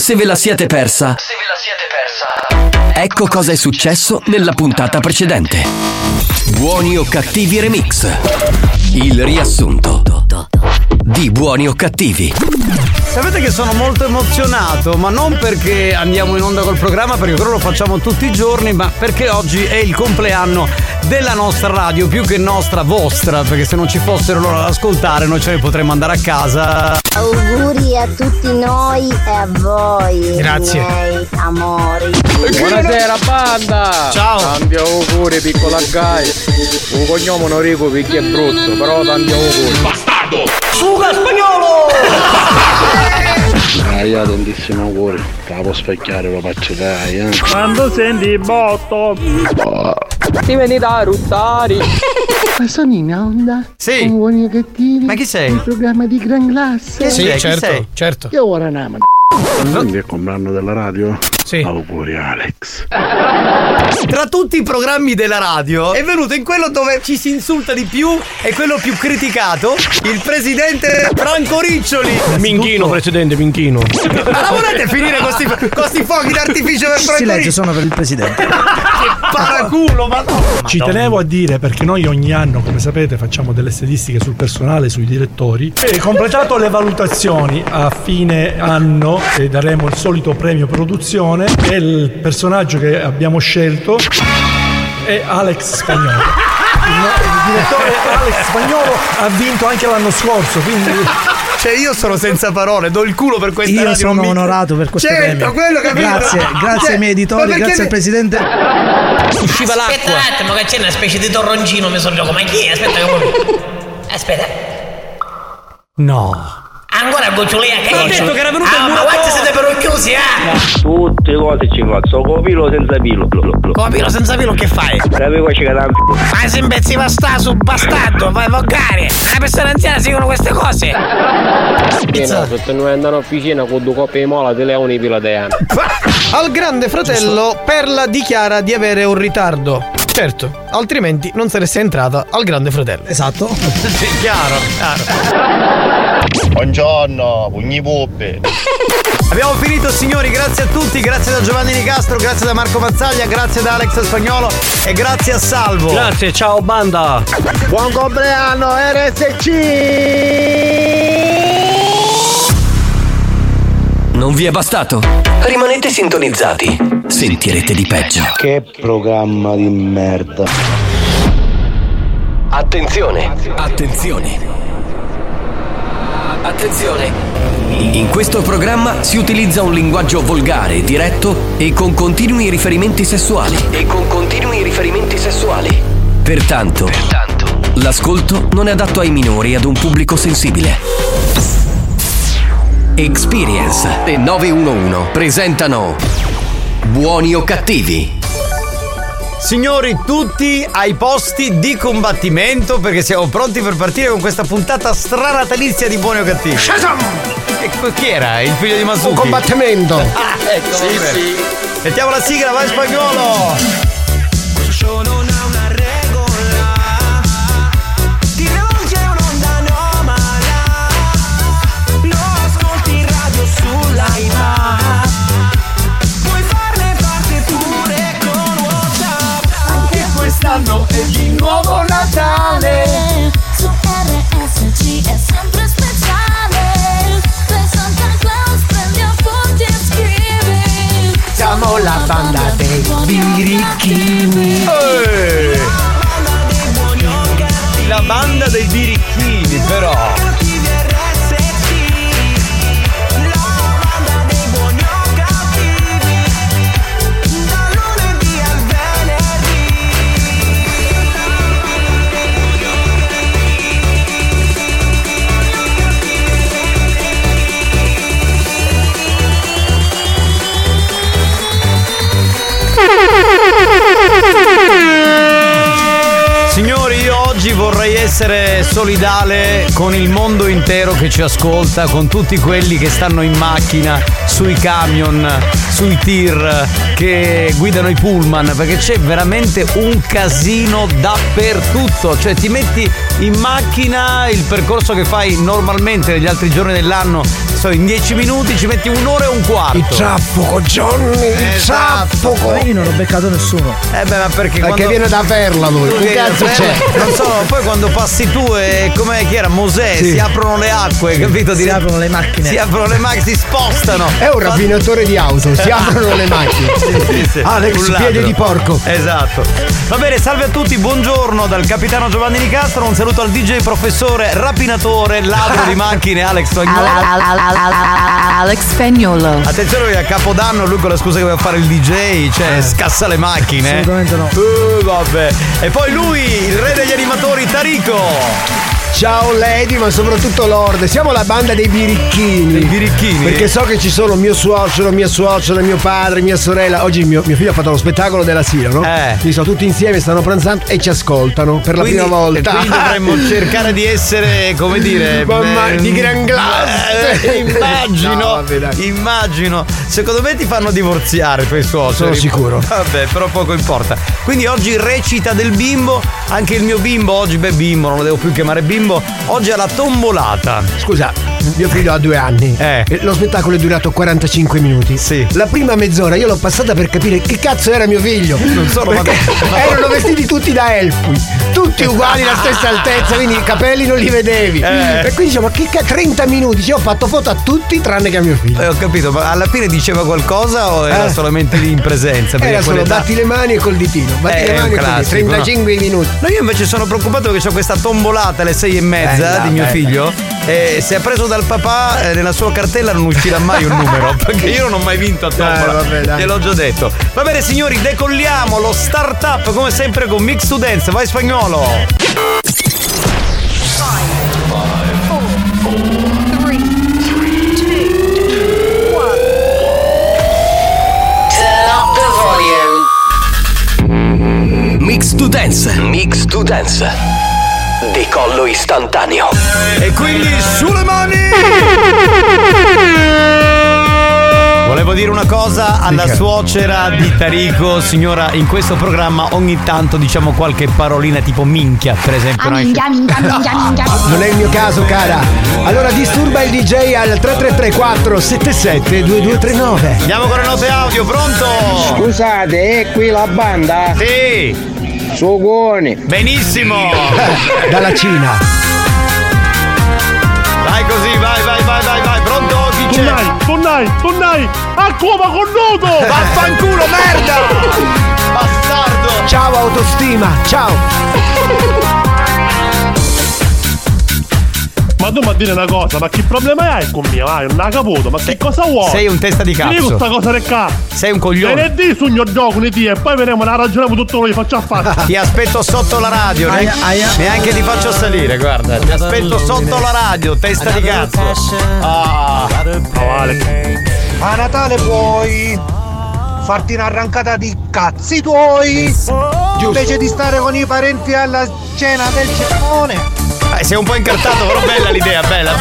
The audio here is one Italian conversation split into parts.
se ve la siete persa, ecco cosa è successo nella puntata precedente. Buoni o cattivi remix. Il riassunto di Buoni o cattivi. Sapete che sono molto emozionato, ma non perché andiamo in onda col programma, perché quello lo facciamo tutti i giorni, ma perché oggi è il compleanno della nostra radio, più che nostra, vostra, perché se non ci fossero loro ad ascoltare noi ce ne potremmo andare a casa. Auguri a tutti noi e a voi. Grazie. Miei amori. Buonasera banda. Ciao. Tanti auguri piccola Gai. Un cognome non dico perché è brutto, però tanti auguri. Bastardo! Suga spagnolo! Io tantissimo auguri. Te la può specchiare, lo faccio dai, Quando senti botto Ti vieni da ruttari. Ma sono in onda? Sì. Con Buoni o cattivi? Ma chi sei? Un programma di gran classe? Sì, certo, certo. Io ora una Quindi è il compleanno della radio? Sì. Auguri Alex. Tra tutti i programmi della radio è venuto in quello dove ci si insulta di più e quello più criticato, il presidente Franco Riccioli. Minchino, presidente, minchino. Ma la volete finire con sti fuochi d'artificio per Franco Riccioli? sono per il presidente. Che paraculo, ma no. Ci tenevo a dire, perché noi ogni anno, come sapete, facciamo delle statistiche sul personale, sui direttori, e completato le valutazioni a fine anno daremo il solito premio produzione e il personaggio che abbiamo scelto è Alex Spagnolo. Il direttore Alex Spagnolo ha vinto anche l'anno scorso, quindi Cioè io sono senza parole, do il culo per questa radio. Io sono onorato per questo premio. Quello capito. Grazie ai miei editori, grazie al presidente. Usciva l'acqua. Aspetta un attimo che c'è una specie di torroncino, mi sono gioco, ma chi è? Aspetta. No. Ancora gocciolia che ho detto che era venuto il ma muratore. quanti siete per chiusi, Tutte cose ci faccio, con filo o senza filo. Come filo senza filo che fai? Sapevo che c'era tanto. Ma se imbezzi basta su bastardo, vai volgare. Una persona anziana si dicono queste cose. Se noi andano a officina con due coppie di mola te le un pila di anni. Al grande fratello Perla dichiara di avere un ritardo. Certo, altrimenti non saresti entrata al grande fratello. Esatto. Chiaro. Buongiorno, pugni puppe. Abbiamo finito signori, grazie a tutti, grazie da Giovanni Nicastro, grazie da Marco Mazzaglia, grazie da Alex Spagnolo e grazie a Salvo. grazie, ciao banda. Buon compleanno RSC! Non vi è bastato? Rimanete sintonizzati. Sentirete di peggio. Che programma di merda. Attenzione. In questo programma si utilizza un linguaggio volgare, diretto e con continui riferimenti sessuali. Pertanto, l'ascolto non è adatto ai minori e ad un pubblico sensibile. Experience e 911 presentano Buoni o cattivi? Signori, tutti ai posti di combattimento perché siamo pronti per partire con questa puntata stranatalizia di Buoni o cattivi. Shazam! E chi era? Il figlio di Masuki? Un combattimento! Ecco, sì. Mettiamo la sigla, vai Spagnolo! Quest'anno è di nuovo Natale. Su RSC è sempre speciale. Per Santa Claus prendi appunti e scrivi. Siamo la banda dei birichini. La banda dei birichini, però. Signori, io oggi vorrei essere solidale con il mondo intero che ci ascolta, con tutti quelli che stanno in macchina, sui camion, sui tir, che guidano i pullman, perché c'è veramente un casino dappertutto. Cioè ti metti in macchina, il percorso che fai normalmente negli altri giorni dell'anno in 10 minuti ci metti un'ora e un quarto. Il traffico, Johnny, il traffico. Ma io non ho beccato nessuno. Ma perché quando viene da Perla lui. Che cazzo c'è? Non so, poi quando passi tu e come chi era Mosè, si aprono le acque, capito? Si aprono le macchine. Si aprono le macchine, si spostano. È un raffinatore di auto, si aprono le macchine. Sì. Alex, piede di porco. Esatto. Va bene, salve a tutti, buongiorno dal capitano Giovanni Nicastro, un saluto al DJ professore rapinatore, ladro di macchine Alex Spagnolo. Alex Spagnolo. Attenzione che a Capodanno lui con la scusa che voleva fare il DJ, scassa le macchine. Assolutamente no. Vabbè. E poi lui, il re degli animatori, Tarico. Ciao Lady, ma soprattutto Lord. Siamo la banda dei birichini. Dei birichini? Perché so che ci sono mio suocero, mia suocera, mio padre, mia sorella. Oggi mio figlio ha fatto lo spettacolo dell'asilo, no? Quindi sono tutti insieme, stanno pranzando e ci ascoltano per la prima volta. Quindi dovremmo cercare di essere, come dire, di gran classe. Immagino. Secondo me ti fanno divorziare i tuoi suoceri. Sono sicuro. Vabbè, però poco importa. Quindi oggi recita del bimbo. Anche il mio bimbo oggi, bimbo, non lo devo più chiamare bimbo. Oggi è la tombolata. Scusa, mio figlio ha 2 anni. Lo spettacolo è durato 45 minuti. Sì. La prima mezz'ora io l'ho passata per capire che cazzo era mio figlio. Non sono erano vestiti tutti da elfi, tutti uguali, la stessa altezza, quindi i capelli non li vedevi. E quindi diciamo, che 30 minuti, ho fatto foto a tutti tranne che a mio figlio. Ho capito, ma alla fine diceva qualcosa o era solamente lì in presenza? Era solo batti le mani e col ditino. Batti le mani e col ditino. 35 minuti. No, io invece sono preoccupato perché c'ho questa tombolata alle 6:30 di mio figlio. E se ha preso dal papà nella sua cartella non uscirà mai un numero, perché io non ho mai vinto a tombola. Gliel'ho già detto. Va bene signori, decolliamo lo startup come sempre con Mix to Dance. Vai Spagnolo. 5, 4, 3, 2, 1. Turn up the volume. Mix to Dance. Mix to Dance. Decollo istantaneo. E quindi sulle mani! Volevo dire una cosa alla suocera di Tarico, signora, in questo programma ogni tanto diciamo qualche parolina tipo minchia, per esempio. Minchia. Non è il mio caso, cara. Allora disturba il DJ al 3334 77 2239. Andiamo con le note audio, pronto? Scusate, è qui la banda? Sì. Sugoni. Benissimo. Dalla Cina. Vai così, vai. Pronto? Chi c'è? Tonnai. A come con nudo. Vaffanculo, merda. Bastardo. Ciao autostima, ciao. Ma tu mi dire una cosa, ma che problema hai con me? Non ha caputo, ma che cosa vuoi? Sei un testa di cazzo. Dimmi questa cosa del cazzo. Sei un coglione. Venerdì sogno gioco un'idea e poi vedremo, la ragioniamo tutto quello che faccio a fare. Ti aspetto sotto la radio, neanche ti faccio salire, guarda. Ti aspetto sotto la radio, testa di cazzo. Vale. A Natale puoi farti un'arrancata di cazzi tuoi. Invece di stare con i parenti alla cena del cenone. Sei un po' incartato, però bella l'idea, bella.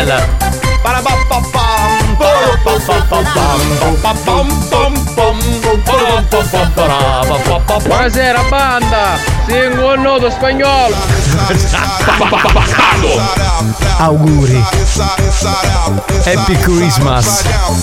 Buonasera banda, singolo un nodo spagnolo. Auguri. Happy Christmas.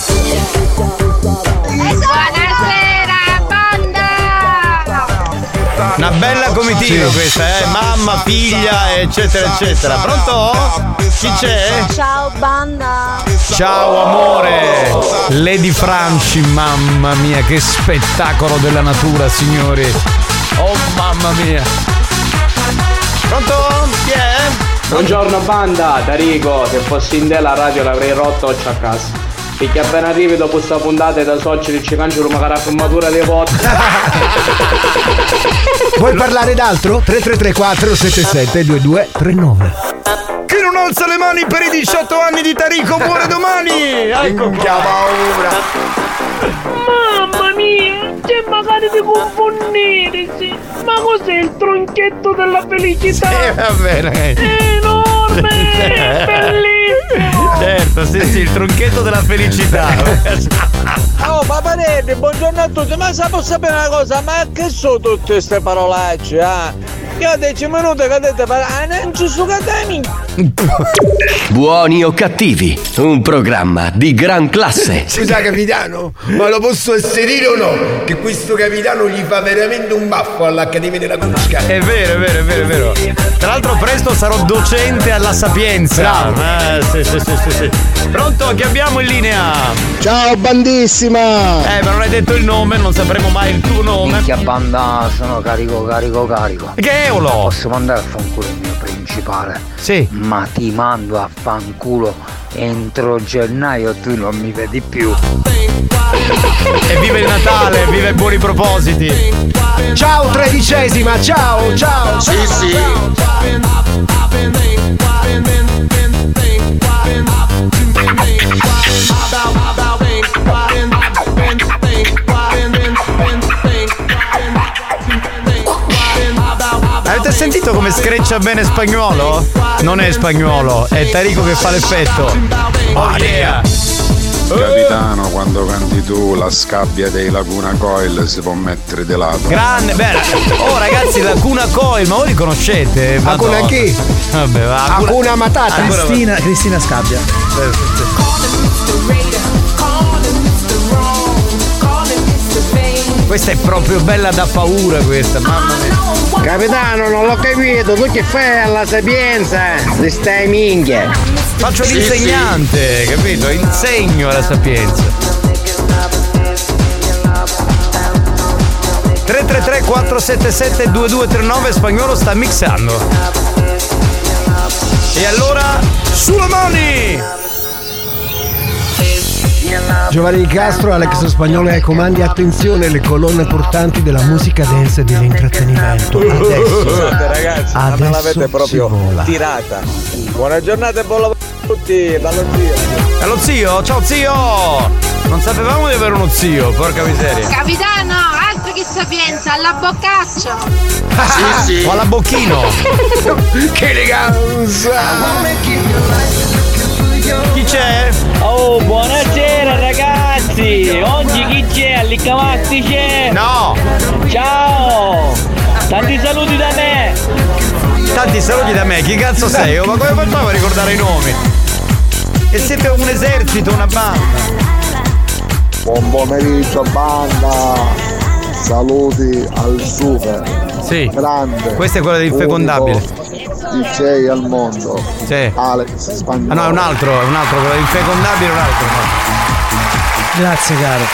Buonasera, banda! Una bella comitiva questa, mamma, figlia, eccetera. Pronto? Chi c'è? Ciao, banda! Ciao amore! Lady Franci, mamma mia, che spettacolo della natura, signori! Oh mamma mia! Pronto? Chi è? Buongiorno banda, Tarico, se fossi in te la radio l'avrei rotto oggi a casa. Perché appena arrivi dopo sta puntata da suoceri ci cancello magari la fumatura dei volte. Vuoi parlare d'altro? 3334 77 2239. Chi non alza le mani per i 18 anni di Tarico muore domani! Ecco qua! Mamma mia, c'è magari di confondersi. Ma cos'è il tronchetto della felicità? Va bene. È enorme, bellissimo. Certo, sì, il tronchetto della felicità. Oh Papanetti, buongiorno a tutti. Ma se posso sapere una cosa, ma che sono tutte queste parolacce, Io 10 minuti che ho detto, non ci su cademi. Buoni o cattivi, un programma di gran classe. Scusa capitano, ma lo posso asserire o no? Che questo capitano gli fa veramente un baffo all'Accademia della Crusca. È vero. Tra l'altro presto sarò docente alla Sapienza. Sì. Pronto? Chi abbiamo in linea? Ciao bandissima! Ma non hai detto il nome, non sapremo mai il tuo nome. Minchia banda, sono carico. Che eolo? Posso mandare a fanculo il mio principale? Sì. Ma ti mando a fanculo. Entro gennaio tu non mi vedi più. E vive il Natale, vive i buoni propositi. Ciao tredicesima, ciao. Sì. Avete sentito come screccia bene Spagnuolo? Non è Spagnuolo, è Tarico che fa l'effetto. Oh yeah! Capitano, quando canti tu la scabbia dei Lacuna Coil si può mettere di lato. Grande, beh. Oh ragazzi, Lacuna Coil, ma voi li conoscete? Lacuna chi? Vabbè, va. Lacuna Matata. Cristina Scabbia. Questa è proprio bella da paura questa, mamma mia. Capitano, non l'ho capito, tu che fai alla Sapienza? Se stai minchia. Faccio l'insegnante, capito? Insegno alla Sapienza. 333 477 2239, Spagnuolo sta mixando. E allora, sulle mani! Giovanni Di Castro, Alex Spagnuolo ai comandi, attenzione, le colonne portanti della musica dance e dell'intrattenimento. Ragazzi, ma me l'avete proprio tirata. Buona giornata e buon lavoro a tutti, dallo zio. Dallo zio? Ciao zio! Non sapevamo di avere uno zio, porca miseria. Capitano, altro che Sapienza, alla boccaccia. Sì. O alla bocchino. Che eleganza! Chi c'è? Oh, buonasera ragazzi! Oggi chi c'è? Allicamatti c'è? No! Ciao! Tanti saluti da me! Tanti saluti da me, chi cazzo sei? Ma come facciamo a ricordare i nomi? E siete un esercito, una banda! Buon pomeriggio banda! Saluti al super! Sì! Grande! Questo è quello dell'infecondabile! DJ al mondo. Sì. Alex Spagnuolo. Ah, no, è un altro, quello infecondabile è un altro. Grazie caro.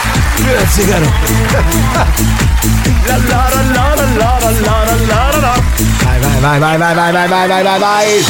Vai.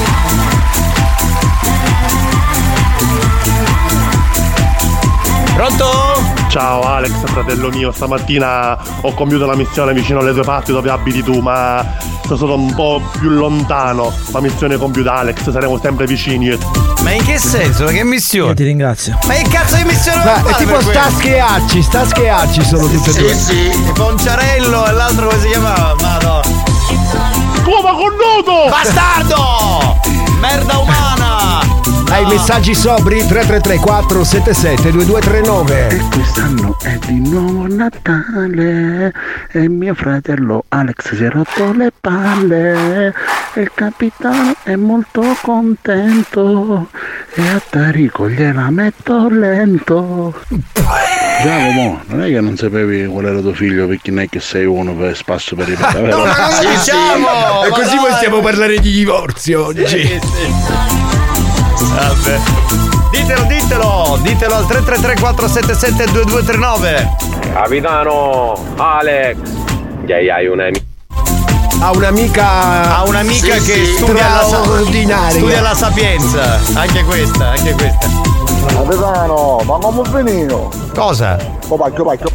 Pronto? Ciao Alex, fratello mio, stamattina ho compiuto la missione vicino alle tue parti dove abiti tu, ma sono stato un po' più lontano. La missione compiuta Alex, saremo sempre vicini. Ma in che senso? Ma che missione? Io ti ringrazio. Ma che cazzo di missione? È tipo sta schiacci sono tutte e due. Sì. Ponciarello e l'altro come si chiamava? Madonna. Come connuto! Bastardo! Merda umana! Hai messaggi sobri? 333 477 2239. E quest'anno è di nuovo Natale e mio fratello Alex si è rotto le palle e il capitano è molto contento e a Tarico gliela metto lento. Giacomo, non è che non sapevi qual era tuo figlio, perché non è che sei uno per spasso per ripetere. No, ma non lo diciamo! E così possiamo parlare di divorzio oggi. Sì. Vabbè. Ditelo al 333 477 2239. Capitano Alex, hai un'amica. Ha un'amica che studia la Sapienza. Anche questa. Capitano, ma come finito? Cosa? Pacchio.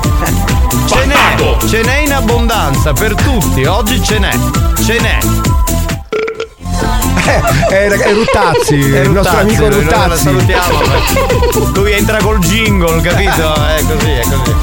Ce n'è in abbondanza per tutti, oggi ce n'è. È Ruttazzi, il nostro amico Ruttazzi. Lo salutiamo. Lui entra col jingle, capito? È così.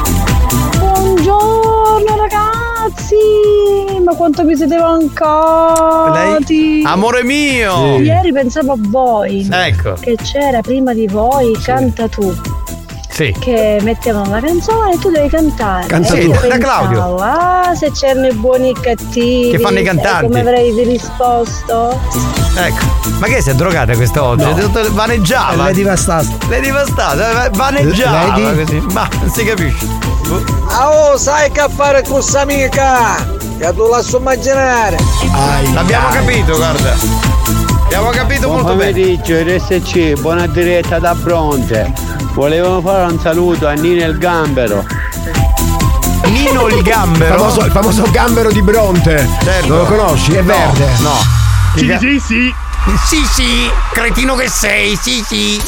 Buongiorno ragazzi, ma quanto vi siete mancati? Amore mio! Ieri pensavo a voi. Ecco. Che c'era prima di voi, canta tu. Sì. che mettevano la canzone e tu devi cantare. Canta E tu. io Da pensavo, Claudio. Ah, se c'erano i buoni e i cattivi. Che fanno i cantanti. Come avrei risposto? Ecco. Ma che sei drogata quest'oggi? Vaneggiava. Lady Vastasta. Lady Vastasta, vaneggiava Lady? così. Ma non si capisce. Oh, sai che fare con questa amica? Che tu la so immaginare. L'abbiamo capito, guarda. Abbiamo capito Buon molto bene. pomeriggio RSC, buona diretta da Bronte. Volevamo fare un saluto a Nino il Gambero. Nino il Gambero? Il famoso gambero di Bronte. Certo. Non lo conosci? È verde. No. Sì. Sì, cretino che sei, sì.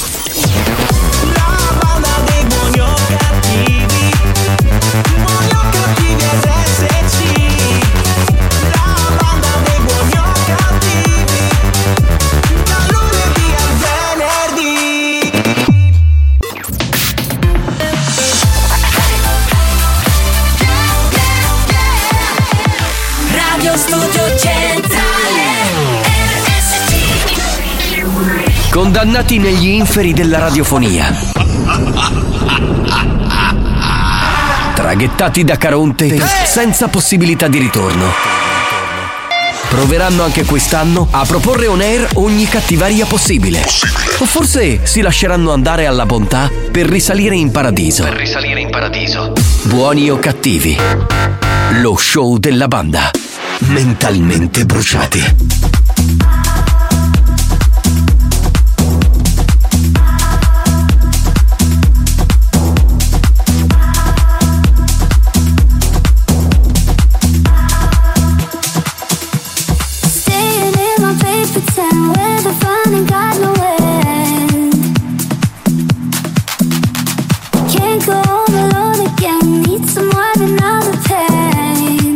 Radio Studio Centrale RSC. Condannati negli inferi della radiofonia. Traghettati da Caronte senza possibilità di ritorno. Proveranno anche quest'anno a proporre on air ogni cattiveria possibile. O forse si lasceranno andare alla bontà per risalire in paradiso. Buoni o cattivi. Lo show della banda. Mentalmente bruciati. Staying in my paper town where the fun ain't got no end. Can't go home alone again. Need someone another pain.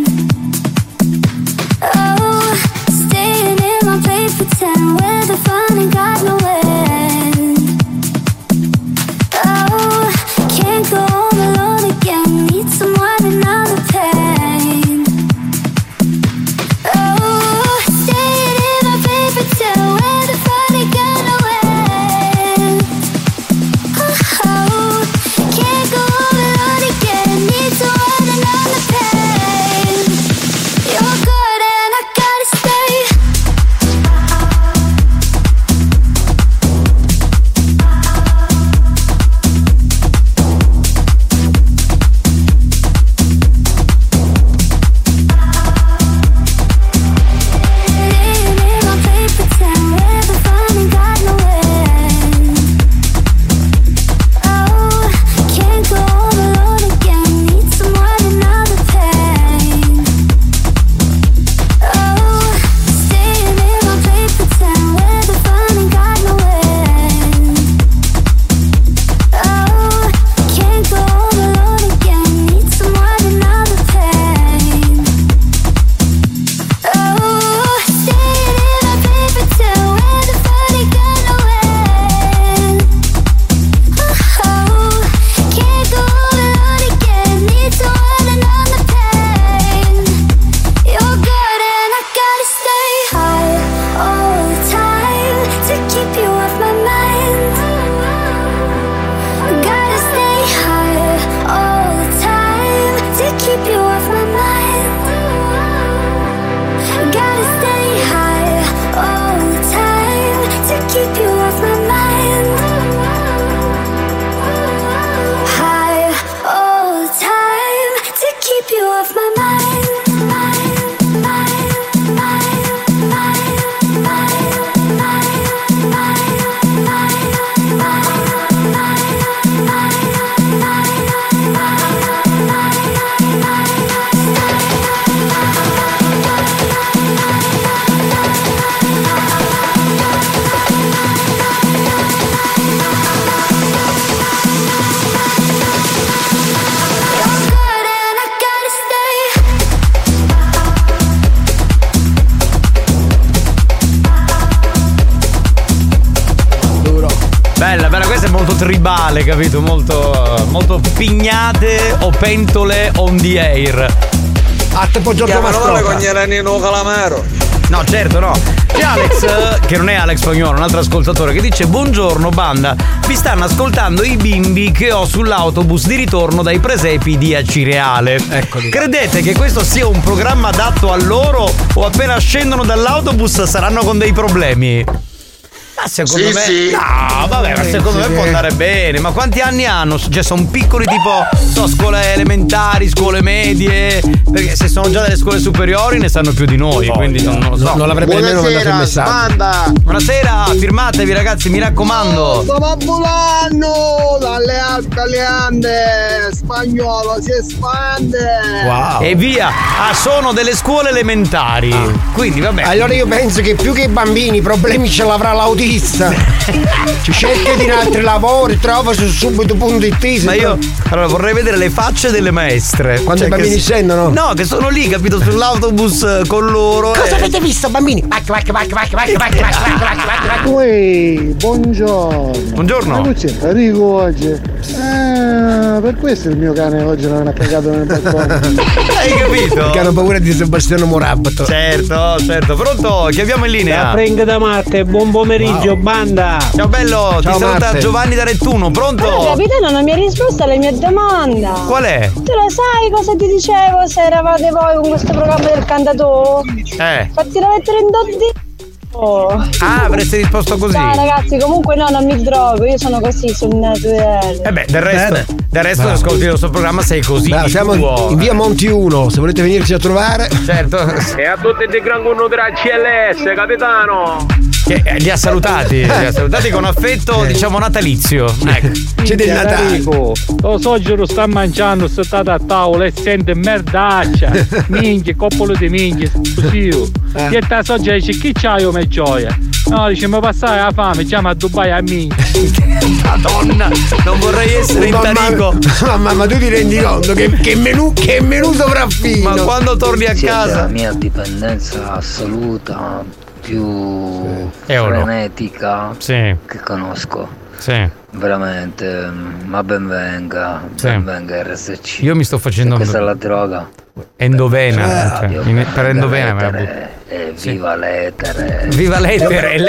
Oh, staying in my paper town where the fun ain't got no end. Oh, can't go home alone again. Need someone another pain. Oh, staying in my paper town where the fun ain't got no end. Oh, can't go home alone again. Need someone another pain. You're good and I gotta stay. Living in my paper town where the fun ain't got no end. Oh, can't go home alone again. Need someone another pain. Oh, staying in my paper town where the fun ain't got no end. Oh, can't go home alone again. Need someone another pain. Oh, staying in my paper town where the fun ain't got no end. Oh, can't go home alone again. Need someone another pain. You're good and I gotta stay high all the time to keep you off my mind. Gotta stay high all the time to keep you off my mind. Gotta stay high all the time to keep you off my mind. High all the time to keep you off my mind. Bella, questa è molto tribale, capito? Molto pignate o pentole on the air. A te Giorgio Chiamano Mastroca. con Nino Calamaro. No, certo, no. C'è Alex, che non è Alex Spagnolo, un altro ascoltatore, che dice: buongiorno banda, vi stanno ascoltando i bimbi che ho sull'autobus di ritorno dai presepi di Acireale. Eccoli. Credete che questo sia un programma adatto a loro o appena scendono dall'autobus saranno con dei problemi? Ma secondo me. Sì. No, vabbè, ma secondo me può andare bene. Ma quanti anni hanno? Cioè, sono piccoli tipo scuole elementari, scuole medie. Perché se sono già delle scuole superiori ne sanno più di noi. Quindi non lo so. Non l'avrebbe nemmeno mandato un messaggio. Banda. Buonasera, firmatevi ragazzi, mi raccomando. Stiamo volando dalle Alpi alle Ande, spagnolo si espande. Wow. E via. Ah, sono delle scuole elementari. Quindi vabbè. Allora io penso che più che i bambini i problemi ce l'avrà l'autista. Ci cerchi di altri lavori, trova su subito.it. Ma io allora vorrei vedere le facce delle maestre. Quando i bambini scendono? No, che sono lì, capito, sull'autobus con loro. Cosa avete visto, bambini? Vai. Uè, buongiorno. Buongiorno. Ma c'è Enrico oggi? Per questo il mio cane oggi non ha cagato nel balcone. Hai capito? Perché hanno paura di Sebastiano Morabato. Certo. Pronto? Chi abbiamo in linea? Frank da Marte, buon pomeriggio, banda. Ciao bello, ti saluta Giovanni da Rettuno, pronto? Allora, capitano, non mi ha risposto alla mia domanda. Qual è? Tu lo sai cosa ti dicevo se eravate voi con questo programma del cantatore? Fatti la mettere in dodi. Ah, avresti risposto così? No, ragazzi, comunque no, non mi drogo, io sono così sul naturale. Del resto ascolti il nostro programma, sei così. Siamo in via Monti 1, se volete venirci a trovare. Certo. E a tutti di Gran Conno della CLS, capitano. Li ha salutati con affetto, diciamo natalizio. Ecco. C'è del Natale. Lo soggioro sta mangiando, sta stato a tavola e sente merdaccia. Minchia, coppolo di minchia, così. E ta soggia dice chi c'hai io me gioia? No, dice ma passare la fame, chiama a Dubai a minchia. Madonna, non vorrei essere in Tarico. Ma tu ti rendi conto che menù sopraffino? Ma quando torni a casa? La mia dipendenza assoluta più frenetica che conosco. Sì. Veramente, ma ben venga RSC. Io mi sto facendo. Questa è la droga. Endovena. Per endovena. Viva l'etere. Viva l'etere.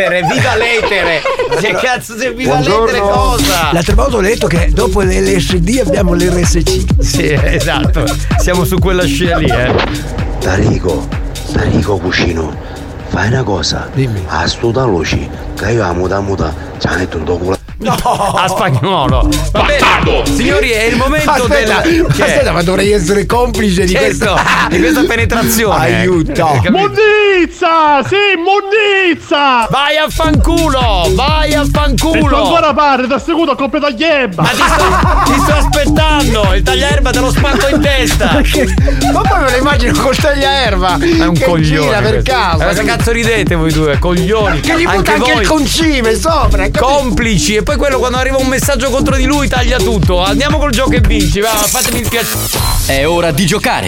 Che cazzo sei viva l'etere cosa? L'altra volta ho detto che dopo l'LSD abbiamo l'RSC. Sì, esatto. Siamo su quella scia lì, Tarico cuscino. Fai una cosa, dimmi. A sto da luci, che io amo da muta, ci ha detto un documento. No, a spagnolo. Va bene, signori, è il momento Aspetta, ma dovrei essere complice di questa penetrazione. Aiuto. Monnizza! Sì, monnizza! Vai a fanculo! E tu ancora parli, da seguito a completare ghiebba! Ma ti sto aspettando! Il tagliaerba te lo spacco in testa! Ma poi me lo immagino col tagliaerba! È un coglione! Gira per caso! Cosa cazzo ridete voi due? Coglioni! Che gli butta anche il concime sopra! Complici! E poi quello quando arriva un messaggio contro di lui taglia tutto! Andiamo col gioco e vinci! Va, fatemi il piacere! È ora di giocare!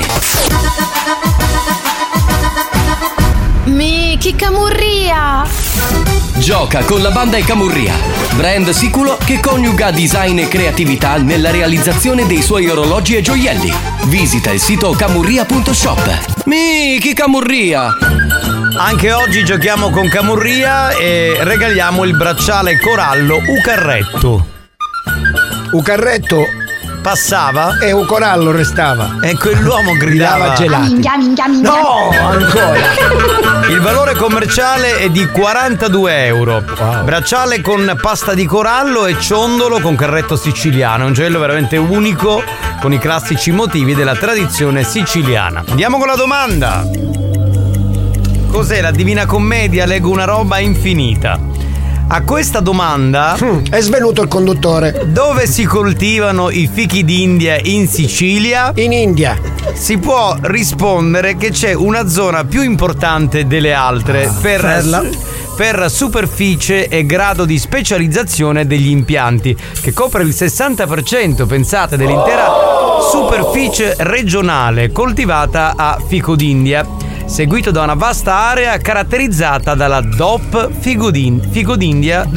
Miki Camurria! Gioca con la banda e Camurria, brand sicuro che coniuga design e creatività nella realizzazione dei suoi orologi e gioielli. Visita il sito camurria.shop. Miki Camurria! Anche oggi giochiamo con Camurria e regaliamo il bracciale corallo Ucarretto. Ucarretto passava e un corallo restava. E quell'uomo gridava gelati. Minchia. No, ancora. Il valore commerciale è di 42 euro. Wow. Bracciale con pasta di corallo e ciondolo con carretto siciliano. È un gioiello veramente unico con i classici motivi della tradizione siciliana. Andiamo con la domanda. Cos'è la Divina Commedia? Leggo una roba infinita. A questa domanda è svenuto il conduttore. Dove si coltivano i fichi d'India in Sicilia? In India. Si può rispondere che c'è una zona più importante delle altre per superficie e grado di specializzazione degli impianti, che copre il 60%, pensate, dell'intera superficie regionale coltivata a fico d'India, seguito da una vasta area caratterizzata dalla DOP fico d'India dell'ET.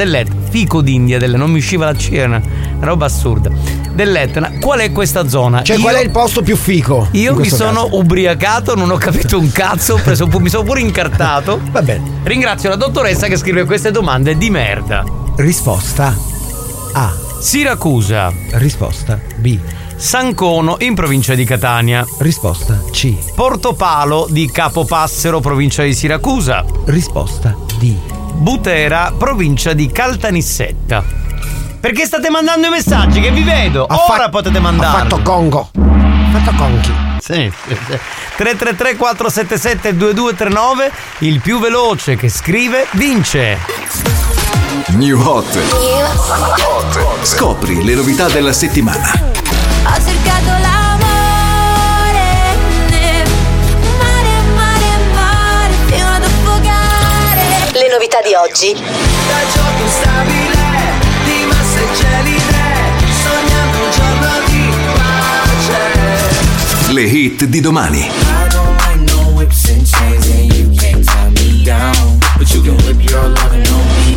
fico d'India, non mi usciva la C, una roba assurda. Dell'Etna, qual è questa zona? Cioè, qual è il posto più fico? Io mi sono ubriacato, non ho capito un cazzo, mi sono pure incartato. Va bene. Ringrazio la dottoressa che scrive queste domande di merda. Risposta A. Siracusa. Risposta B. Sancono in provincia di Catania. Risposta C. Portopalo di Capopassero, provincia di Siracusa. Risposta D. Butera, provincia di Caltanissetta. Perché state mandando i messaggi che vi vedo? Ora potete mandarli. Ha fatto Congo. Fatto conchi. Sì. 333 477 2239. Il più veloce che scrive vince. New Hot. Scopri le novità della settimana. Ho cercato l'amore, mare, fino ad affogare. Le novità di oggi. Da gioco stabile, di masse gelide, sognando un giorno di pace. Le hit di domani. I don't like no whips and chains and you can't tie me down, but you can whip your lovin' on me.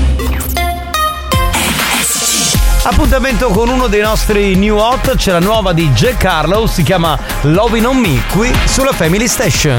Appuntamento con uno dei nostri New Hot, c'è la nuova di Jack Harlow, si chiama Lovin' on Me, qui sulla Family Station.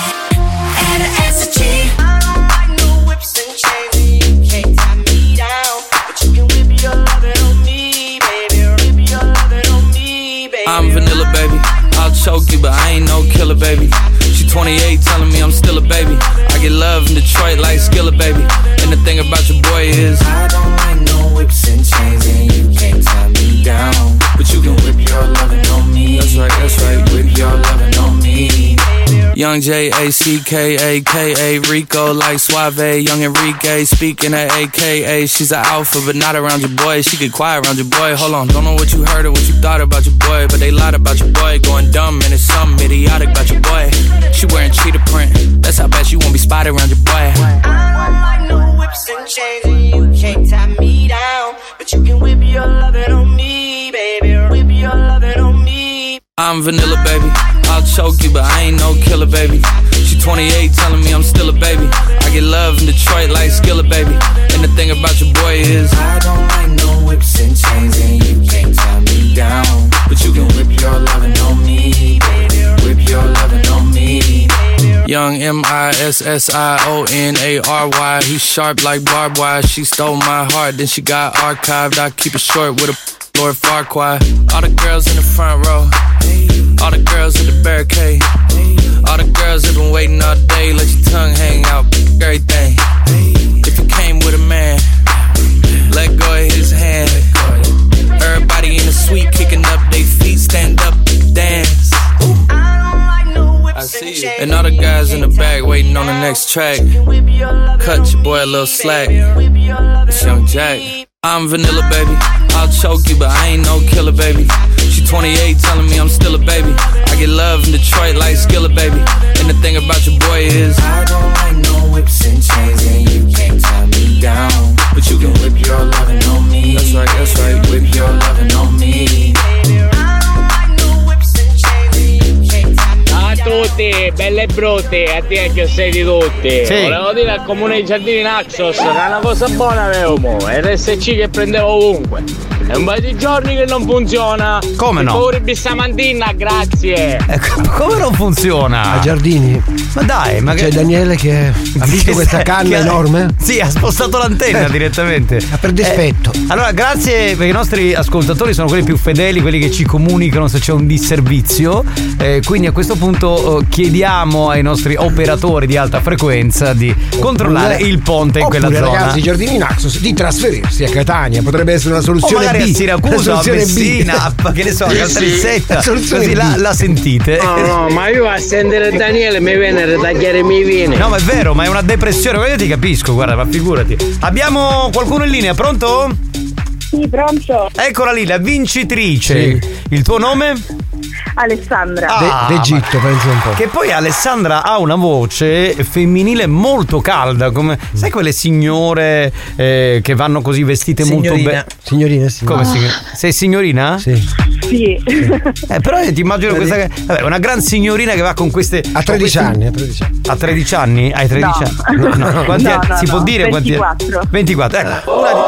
I'm vanilla, baby. I'll choke you, but I ain't no killer, baby. She 28, telling me I'm still a baby. I get love in Detroit like Skilla, baby. And the thing about your boy is I don't like no whips and chains and you can't tie me down, but you can whip your lovin' on me. That's right. Whip your lovin' on me. Young J-A-C-K-A-K-A Rico like Suave, Young Enrique speaking at AKA. She's an alpha but not around your boy. She get quiet around your boy. Hold on, don't know what you heard or what you thought about your boy, but they lied about your boy. Going dumb and it's something idiotic about your boy. She wearing cheetah print, that's how bad she won't be spotted around your boy. I don't like no whips and chains and you can't tie me down, but you can whip your lovin' on me, baby. Whip your lovin' on me. I'm vanilla, baby. I'll choke you, but I ain't no killer, baby. She 28, telling me I'm still a baby. I get love in Detroit like Skilla, baby. And the thing about your boy is I don't like no whips and chains and you can't tie me down, but you can whip your lovin' on me, baby. Whip your lovin' on me. Young M-I-S-S-I-O-N-A-R-Y. He's sharp like barbed wire. She stole my heart, then she got archived. I keep it short with a Lord Farquaad. All the girls in the front row, all the girls at the barricade, all the girls have been waiting all day. Let your tongue hang out, everything. If you came with a man, let go of his hand. Everybody in the suite kicking up their feet, stand up, dance. I see you. And all the guys in the back waiting on the next track. Cut your boy a little slack. It's Young Jack. I'm vanilla, baby. I'll choke you, but I ain't no killer, baby. She 28, telling me I'm still a baby. I get love in Detroit like Skilla, baby. And the thing about your boy is I don't like no whips and chains and you can't tie me down, but you can whip your lovin' on me. That's right. Whip your lovin' on me. Ciao a tutti, belle e brutte, a te che sei di tutti. Sì. Volevo dire al comune di Giardini Naxos che è una cosa buona avevamo, RSC che prendevo ovunque. È un paio di giorni che non funziona. Come no? Pure Bissamantina, grazie. Come non funziona? A Giardini? Ma dai, ma c'è Daniele che ha visto questa canna enorme? Sì, ha spostato l'antenna direttamente. Per dispetto. Allora, grazie, perché i nostri ascoltatori sono quelli più fedeli, quelli che ci comunicano se c'è un disservizio. Quindi a questo punto chiediamo ai nostri operatori di alta frequenza di controllare il ponte in quella zona. Ragazzi, Giardini Naxos, di trasferirsi a Catania potrebbe essere una soluzione magari B. a Siracusa, a Messina, che ne so, a Caltanissetta, così la sentite. No, ma io a sentire Daniele mi viene a ritagliare i miei vini. No, ma è vero, ma è una depressione, io ti capisco, guarda, ma figurati. Abbiamo qualcuno in linea, pronto? Sì, pronto. Eccola lì, la vincitrice. Sì. Il tuo nome? Alessandra. D'Egitto, penso un po'. Che poi Alessandra ha una voce femminile molto calda, come sai quelle signore che vanno così vestite molto bene. Signorina, sì. Come sei signorina? Sì. Sì. Però io ti immagino questa vabbè, una gran signorina che va con queste a 13 anni. A 13 anni? Hai 13 anni? No. Quanti anni? Si può dire 24. quanti? 24. Ecco, una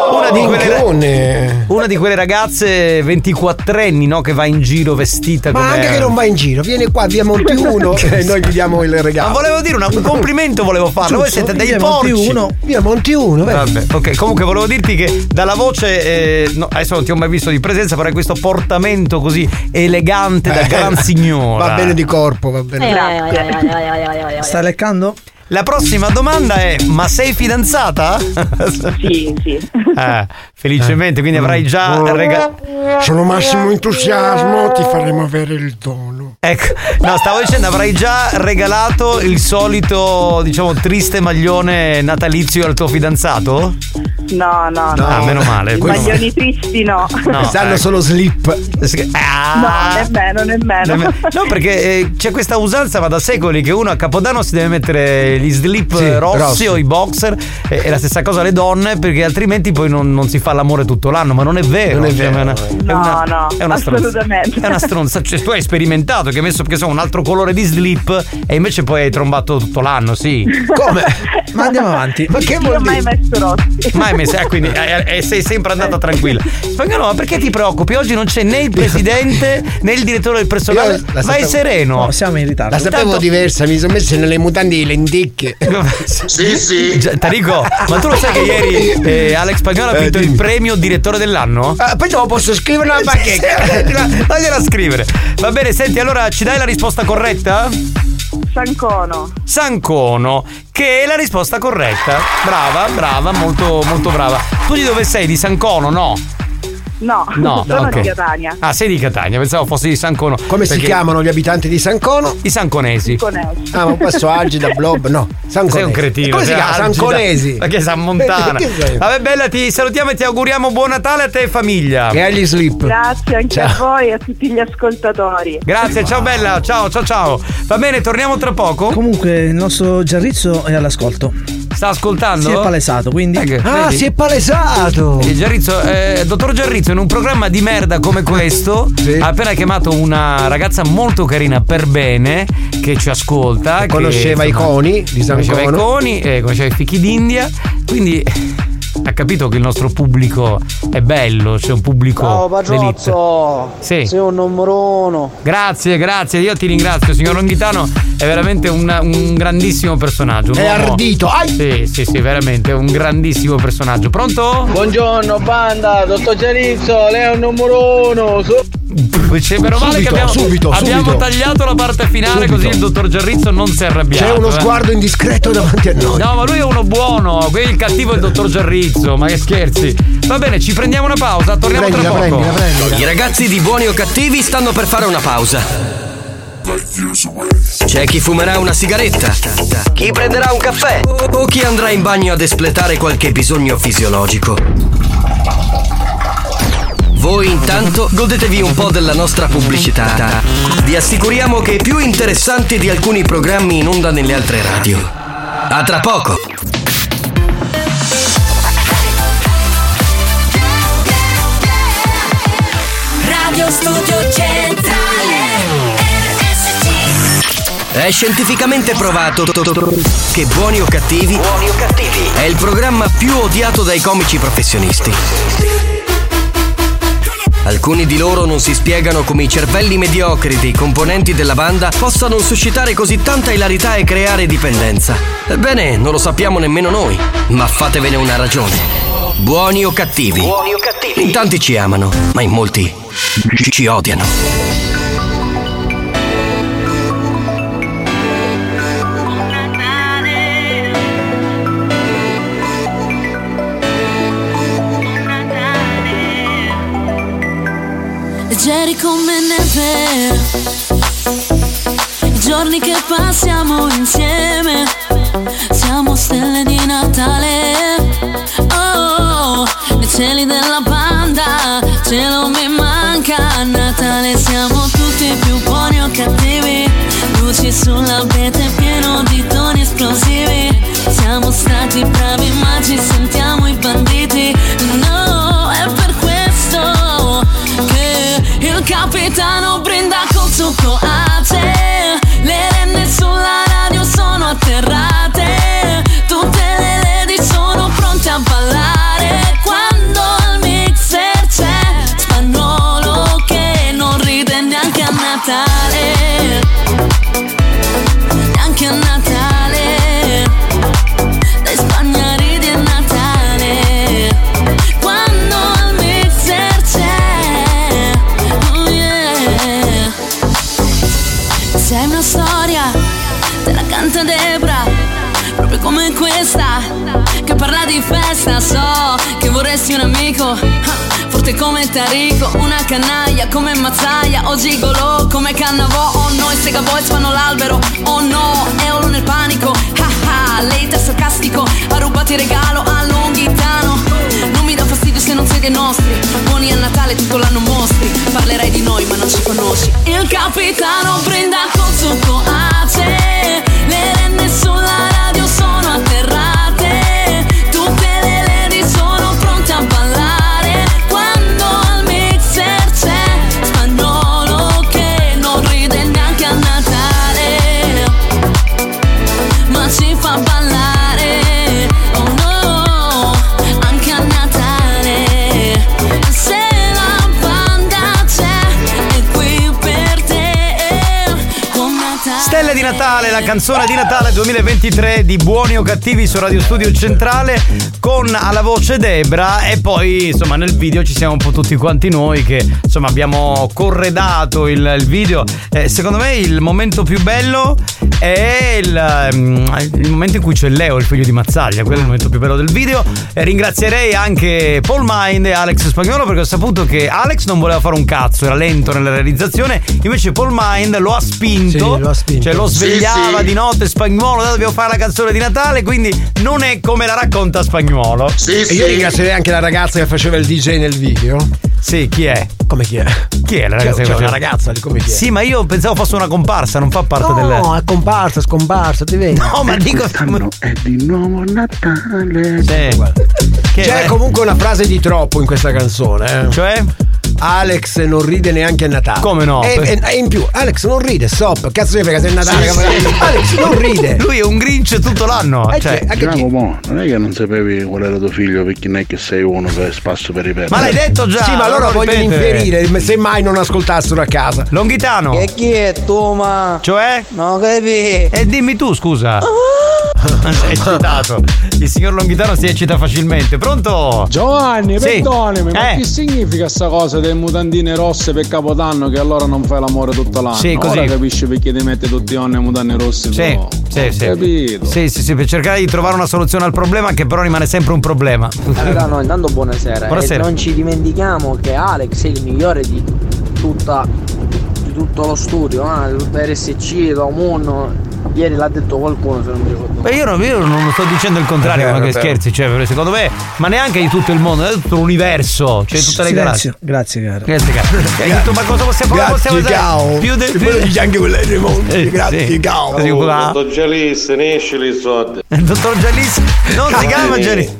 una di quelle ragazze 24enni, no, che va in giro vestita come... Ma anche che non va in giro, viene qua via Monti 1 e noi gli diamo il regalo. Ma volevo dire un complimento, volevo farlo. Voi siete dei porci. Via Monti 1, vabbè, ok. Comunque volevo dirti che dalla voce no, adesso non ti ho mai visto di presenza, però hai questo portamento così elegante da gran signora. Va bene di corpo, va bene. Stai leccando? La prossima domanda è: ma sei fidanzata? Sì. Felicemente, quindi avrai già Sono massimo entusiasmo, ti faremo avere il dono. Ecco, no, stavo dicendo, avrai già regalato il solito, diciamo, triste maglione natalizio al tuo fidanzato? No. Ah, meno male. I maglioni tristi no. Stanno solo slip. No, nemmeno. No, perché c'è questa usanza, ma da secoli, che uno a Capodanno si deve mettere gli slip rossi o i boxer, e la stessa cosa le donne, perché altrimenti poi non si fa l'amore tutto l'anno. Ma non è vero. No, assolutamente. È una stronza. Cioè, tu hai sperimentato che hai messo, che so, un altro colore di slip e invece poi hai trombato tutto l'anno, sì. Come? Ma andiamo avanti. Ma che vuol dire? Mai messo rossi. Mai messo, quindi sei sempre andata tranquilla. Spagnolo, ma perché ti preoccupi? Oggi non c'è né il presidente né il direttore del personale. Vai sereno. No, siamo in ritardo. La sapevo diversa, mi sono messo nelle mutande di lenticchie. Sì. Tarico, ma tu lo sai che ieri Alex Spagnolo ha vinto il premio direttore dell'anno? Poi dopo posso scrivere una bacheca. Dagliela scrivere. Va bene, senti, allora ci dai la risposta corretta? Sancono, che è la risposta corretta. Brava, molto molto brava. Tu di dove sei? Di Sancono, no? No, sono di Catania. Ah, sei di Catania, pensavo fossi di Sancono. Come si chiamano gli abitanti di Sancono? I sanconesi. Ah, ma passo Algida, Blob, no. Sanconesi. Sei un cretino. Come si chiama? Sanconesi. Ma che San Montana. Vabbè, bella, ti salutiamo e ti auguriamo buon Natale a te e famiglia. E agli slip. Grazie anche a voi e a tutti gli ascoltatori. Grazie, ciao bella, ciao. Va bene, torniamo tra poco. Comunque il nostro Giarrizzo è all'ascolto. Sta ascoltando? Si è palesato, quindi. Vedi? Si è palesato. Dottor Giarrizzo, in un programma di merda come questo ha appena chiamato una ragazza molto carina per bene, che ci ascolta, conosceva i coni di Sancono, conosceva i fichi d'India, quindi ha capito che il nostro pubblico è bello, c'è un pubblico. Ciao Pagiozzo, sei un numero uno. Grazie, io ti ringrazio, signor Longhitano, è veramente un grandissimo personaggio. È ardito. Sì, veramente un grandissimo personaggio. Pronto? Buongiorno banda, dottor Giarrizzo, lei è un numero uno. Meno male che abbiamo tagliato la parte finale, così il dottor Giarrizzo non si è arrabbiato. C'è uno sguardo indiscreto davanti a noi. No, ma lui è uno buono, il cattivo è il dottor Giarrizzo, ma che scherzi. Va bene, ci prendiamo una pausa, torniamo tra poco. I ragazzi di Buoni o Cattivi stanno per fare una pausa. C'è chi fumerà una sigaretta, chi prenderà un caffè o chi andrà in bagno ad espletare qualche bisogno fisiologico. Voi intanto godetevi un po' della nostra pubblicità. Vi assicuriamo che è più interessante di alcuni programmi in onda nelle altre radio. A tra poco. Radio Studio Centrale RSC. È scientificamente provato che Buoni o Cattivi è il programma più odiato dai comici professionisti. Alcuni di loro non si spiegano come i cervelli mediocri dei componenti della banda possano suscitare così tanta ilarità e creare dipendenza. Ebbene, non lo sappiamo nemmeno noi, ma fatevene una ragione. Buoni o Cattivi. In tanti ci amano, ma in molti ci odiano. Leggeri come neve, i giorni che passiamo insieme, siamo stelle di Natale. Oh, nei cieli della banda, cielo mi manca. A Natale siamo tutti più buoni o cattivi, luci sull'abete pieno di toni esplosivi. Siamo stati bravi ma ci sentiamo i banditi. No, è per questo che il capitano brinda col suo coate. Le renne sulla radio sono atterrate, tutte le lady sono pronte a ballare. Quando canta Debra, proprio come questa, che parla di festa. So che vorresti un amico forte come Tarico, una canaglia come Mazzaia, o gigolo come Cannavò. Oh no, i Sega Boys fanno l'albero, oh no, Eolo nel panico. Lei è sarcastico, ha rubato il regalo a Longhitano. Non mi dà fastidio se non sei dei nostri, buoni a Natale tutto l'anno mostri. Parlerai di noi ma non ci conosci. Il capitano brinda con zucco a te, le renne sulla radio sono atterrate, tutte le lady sono pronte a ballare. Quando al mixer c'è Spagnolo che non ride neanche a Natale, ma ci fa ballare, oh no, anche a Natale. Se la banda c'è è qui per te, con Natale. Stelle di Natale, la canzone di Natale 2023 di Buoni o Cattivi su Radio Studio Centrale, con alla voce Debra. E poi insomma nel video ci siamo un po' tutti quanti noi che insomma abbiamo corredato il video. Secondo me il momento più bello è il momento in cui c'è Leo, il figlio di Mazzaglia. Quello è il momento più bello del video. Ringrazierei anche Paul Mind e Alex Spagnolo, perché ho saputo che Alex non voleva fare un cazzo, era lento nella realizzazione, invece Paul Mind lo ha spinto, sì, lo ha spinto. Cioè lo svegliava di notte. Spagnolo, dobbiamo fare la canzone di Natale, quindi non è come la racconta Spagnolo. E io ringrazierei anche la ragazza che faceva il DJ nel video. Sì, chi è? Come chi è? Chi è la ragazza che faceva? Una ragazza, di come chi è? Sì, ma io pensavo fosse una comparsa, non fa parte del... No, è comparsa, scomparsa, ti vedi? No, ma dico... È di nuovo Natale. Sì. C'è comunque una frase di troppo in questa canzone, Cioè? Alex non ride neanche a Natale. Come no? E in più, Alex non ride, stop. Cazzo ne frega se è Natale. Sì. Alex non ride. Lui è un Grinch tutto l'anno. Cioè, Giacomo, non è che non sapevi qual era tuo figlio, perché non è che sei uno che è spasso per ripetere. Ma l'hai detto già. Sì, ma loro vogliono infierire, se mai non ascoltassero a casa. Longhitano. E chi è tu, ma? Cioè? No, capi. E dimmi tu, scusa. Sei eccitato. Il signor Longhitano si eccita facilmente. Pronto? Giovanni, Sì. perdonami, ma che significa sta cosa delle mutandine rosse per Capodanno, che allora non fai l'amore tutto l'anno? Sì, così. Ora capisci perché ti metti tutti i giorni le mutande rosse? Sì, no? sì. Capito. Sì, per cercare di trovare una soluzione al problema, che però rimane sempre un problema. Allora, no, intanto buonasera. Buonasera. E non ci dimentichiamo che Alex è il migliore di tutto lo studio, di tutta RSC, da Moon. Ieri l'ha detto qualcuno, se non mi ricordo. Io non sto dicendo il contrario, ma che scherzi, cioè, secondo me, ma neanche di tutto il mondo, è tutto l'universo, cioè tutte le galassie. Grazie caro. Grazie caro. Hai detto, ma cosa possiamo fare? Più del anche quelle dei mondi. Grazie cao. Dottor Giallis, ne esci lì sotto. Dottor Giallis non si chiama Giallis.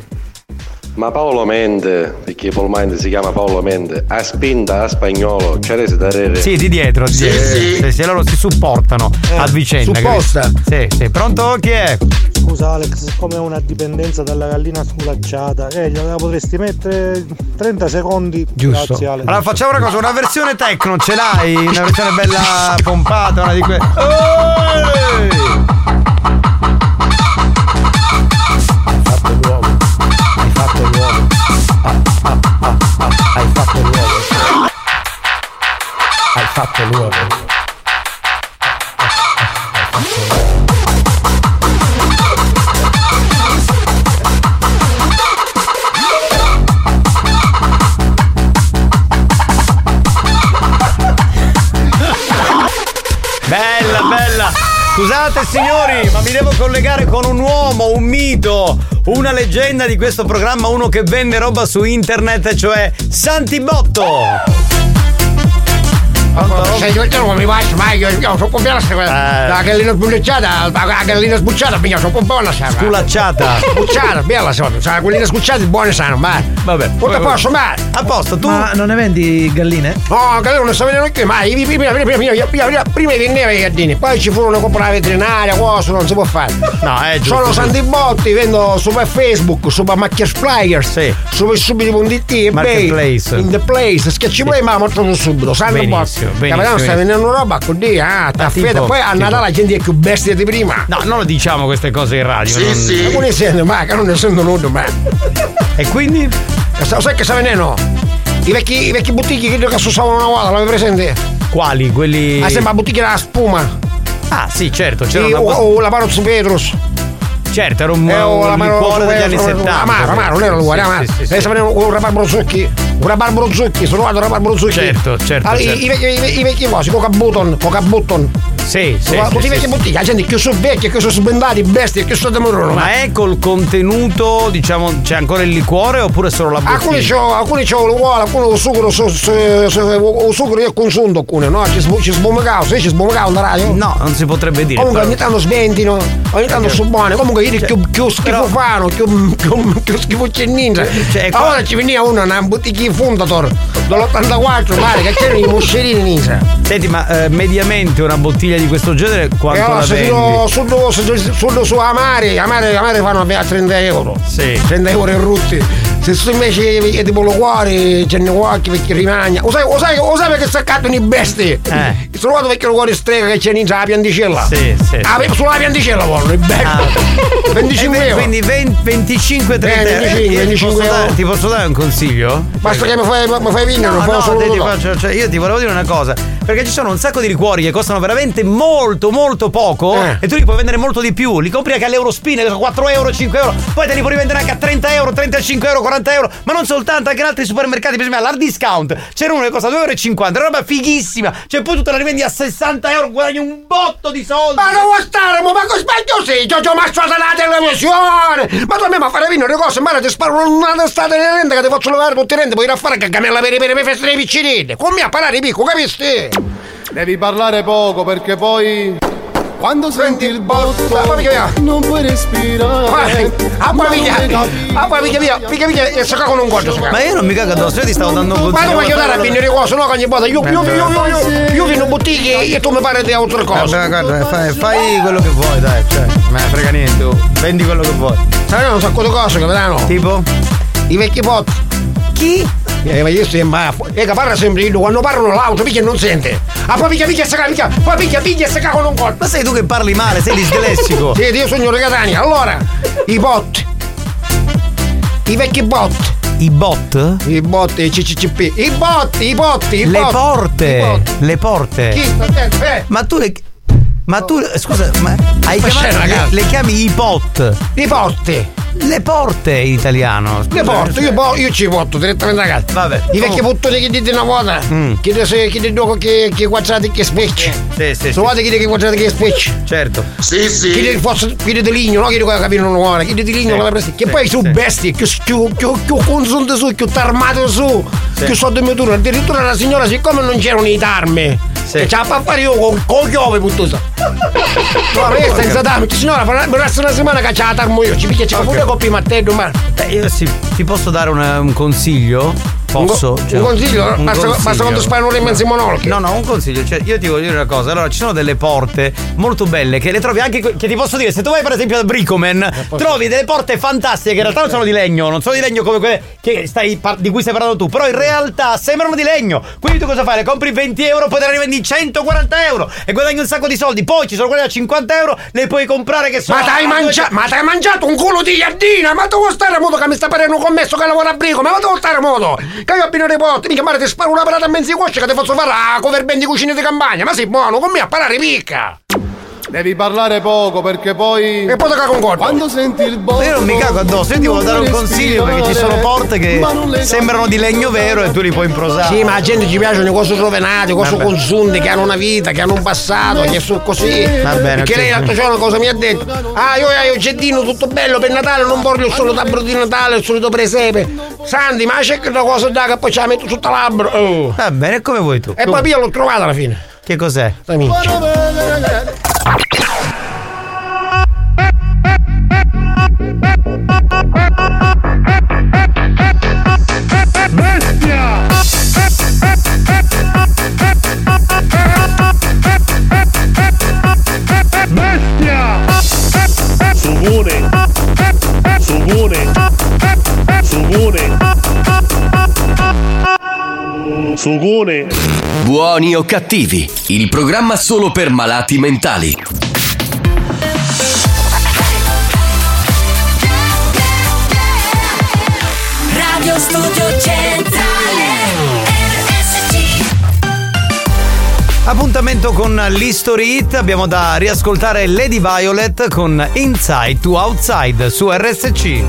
Ma Paolo Mente, perché Paul Mind si chiama Paolo Mente, ha spinta a Spagnolo, c'è da rere. Sì, di dietro. Sì, loro si supportano a vicenda. Supposta. Sì. Pronto? Chi è? Scusa Alex, siccome è una dipendenza dalla gallina sculacciata, gliela potresti mettere 30 secondi. Giusto. Grazie Alex. Allora facciamo una cosa, una versione techno, ce l'hai? Una versione bella pompata, una di quelle. Hai fatto l'uovo. Bella. Scusate signori, ma mi devo collegare con un uomo, un mito, una leggenda di questo programma, uno che vende roba su internet, cioè Santibotto. Sai, io non mi faccio mai, io sono comprato la gallina sbucciata, la gallina sbucciata, io sono un po' Sculacciata. Sbucciata, bella sono, le galline sbucciate buone sono, ma vabbè. Tutto a posto, ma a posto, tu? Ma non ne vendi galline? No, galline non sto vedendo che mai, prima vendeva i galline, poi ci furono comprare la veterinaria, cosa non si può fare. No, è giusto. Sono Santibotti, vendo su Facebook, su Macchiasplayers, sì. Su subito.it e Marketplace. In the place, Sketchplay, ma molto subito, Santibotti. Capitano sta vendendo roba così, taffetta. Poi a Natale la gente è più bestia di prima. No, non lo diciamo queste cose in radio. Sì. Non essendo, ma che non essendo nudo, ma. E quindi? Sai che sta venendo? I vecchi bottigli che si usavano una volta, l'avevi presente? Quali? Quelli. Sembra bottiglie della spuma. Ah, sì, certo, c'era sì, o la Marozzo Petrus. Certo, era un liquore degli anni 70. Amaro, non era uguale, amaro. Lei sapeva un rabarbaro zucchi, sono andato a rabarbaro zucchi. Certo. I vecchi cosi, Coca Button. Sì. Tutti i vecchi bottiglie, la gente che sono vecchi, che sono sbandati, bestie, che sono demorano. Ma è col contenuto, diciamo, c'è ancora il liquore oppure solo la bottiglia? Alcuni c'ho l'uguale, alcuni lo zucchero io consumo, alcuni, no? Ci sbomagao, ci sbomagao da radio? No, non si potrebbe dire. Comunque ogni tanto sventino, ogni tanto sono buone, comunque io più schifo fanno, più schifo c'è ninja. Ora ci veniva una bottiglia di Fundator dell'84, pare che c'erano i moscerini ninja. Senti, ma mediamente una bottiglia di questo genere quanto la vendi? Su Amare fanno a 30 euro. Sì. 30 euro e rutti. Se tu invece è tipo lo cuore, c'è nei cuocchi perché rimane. Lo sai perché sta accattano i bestie? Sono trovato perché lo cuore strega che c'è in la pianticella. Sì. Sulla pianticella vogliono, il becco. 25 euro. Quindi 25-30 euro. Ti posso dare un consiglio? Basta che mi fai vincere, non posso solo io ti volevo dire una cosa. Perché ci sono un sacco di liquori che costano veramente molto poco e tu li puoi vendere molto di più. Li compri anche all'Eurospin, che sono 4 euro, 5 euro, poi te li puoi rivendere anche a 30 euro, 35 euro, 40 euro, ma non soltanto, anche in altri supermercati. Per esempio all'hard discount c'era uno che costa 2,50 euro, è una roba fighissima. Cioè poi tu te la rivendi a 60 euro, guadagni un botto di soldi. Ma non vuoi stare, ma che sbaglio sei? Giorgio Mastrosa la televisione! Ma tu a me mi fare venire le cose, ma ti sparo una testata nelle rende che ti faccio levare tutte le rende, poi ir a fare cagamella per le feste dei piccini. Come a parlare picco, capisci? Devi parlare poco perché poi quando senti il botto non puoi respirare. Mica e se cago non guardo. Ma io non mi cago addosso, io ti stavo dando un consiglio. Ma non voglio dare a venire cose, no, ogni volta io vino bottiglie e tu mi pare di altre cose. Guarda, fai quello che vuoi, dai, cioè, me ne frega niente, vendi quello che vuoi. Sai un sacco di cose, capitano. Tipo? I vecchi potti. Chi? Ma io sembra che parla sempre io quando parlano l'auto picchia non sente. Poi picchia e se cago non corpo. Ma sei tu che parli male, sei dislessico. Sì, io sono Catania. Allora, i bot. I vecchi bot. I bot? I bot, i CCCP. I botti. Le porte. Chi? Ma tu, scusa, ma hai chiamato, le chiami i pot? I porte. Le porte in italiano. Le porte, io ci porto direttamente a casa. Vabbè. I vecchi puttoni che dite una volta. Che dopo che guardate che specchi. Sì. Trovate che guardate che specchi. Certo. Sì. Chi di ligno, no? Chi di capire non vuole. Chi di ligno la presti. Che poi su bestie, che consunte su, che armate su, che so di mio turno. Addirittura la signora, siccome non c'erano i tarme, ce la fa fare io con chiove puttosa. No, questa senza tarme, signora, per una settimana che ce la tarmo io, ci picchia pure coppi Matteo, ma io ti posso dare un consiglio? Posso? Un consiglio? Basta quando sparano le mezze monologhe. No, un consiglio. Cioè, io ti voglio dire una cosa. Allora, ci sono delle porte molto belle che le trovi anche. Che ti posso dire, se tu vai per esempio da Bricoman, trovi delle porte fantastiche che in realtà non sono di legno. Non sono di legno come quelle di cui stai parlando tu. Però in realtà sembrano di legno. Quindi tu cosa fai? Le compri 20 euro, poi te le rivendi 140 euro e guadagni un sacco di soldi. Poi ci sono quelle da 50 euro, le puoi comprare che sono. Ma t'hai mangiato un culo di iardina? Ma tu vuoi stare a modo che mi sta parendo un commesso che lavora a Bricoman? Ma tu vuoi stare a modo? Che io abbino le porte, mica male ti sparo una parata a mezzi cosce che ti faccio fare a cover band di cucine di campagna, ma sei buono, con me a parare picca! Devi parlare poco perché poi. E poi ti cago un corpo. Quando senti il botto. Io non mi cago addosso, io ti volevo dare un consiglio perché ci sono porte che sembrano di legno vero e tu li puoi improsare. Sì, ma a gente ci piacciono le cose rovenate, cose consunte, che hanno una vita, che hanno un passato, che sono così. Va bene. Perché lei l'altro giorno cosa mi ha detto? Io Geddino tutto bello per Natale, non voglio il solito albero di Natale, il solito presepe. Santi, ma c'è una cosa da che poi ce la metto sotto l'albero. Va bene, come vuoi tu. E poi io l'ho trovata alla fine. Che cos'è? La minchia. Bestia! Bestia! Sugone. Buoni o cattivi, il programma solo per malati mentali. Radio Studio Centrale RSC. Appuntamento con l'History Hit, abbiamo da riascoltare Lady Violet con Inside to Outside su RSC.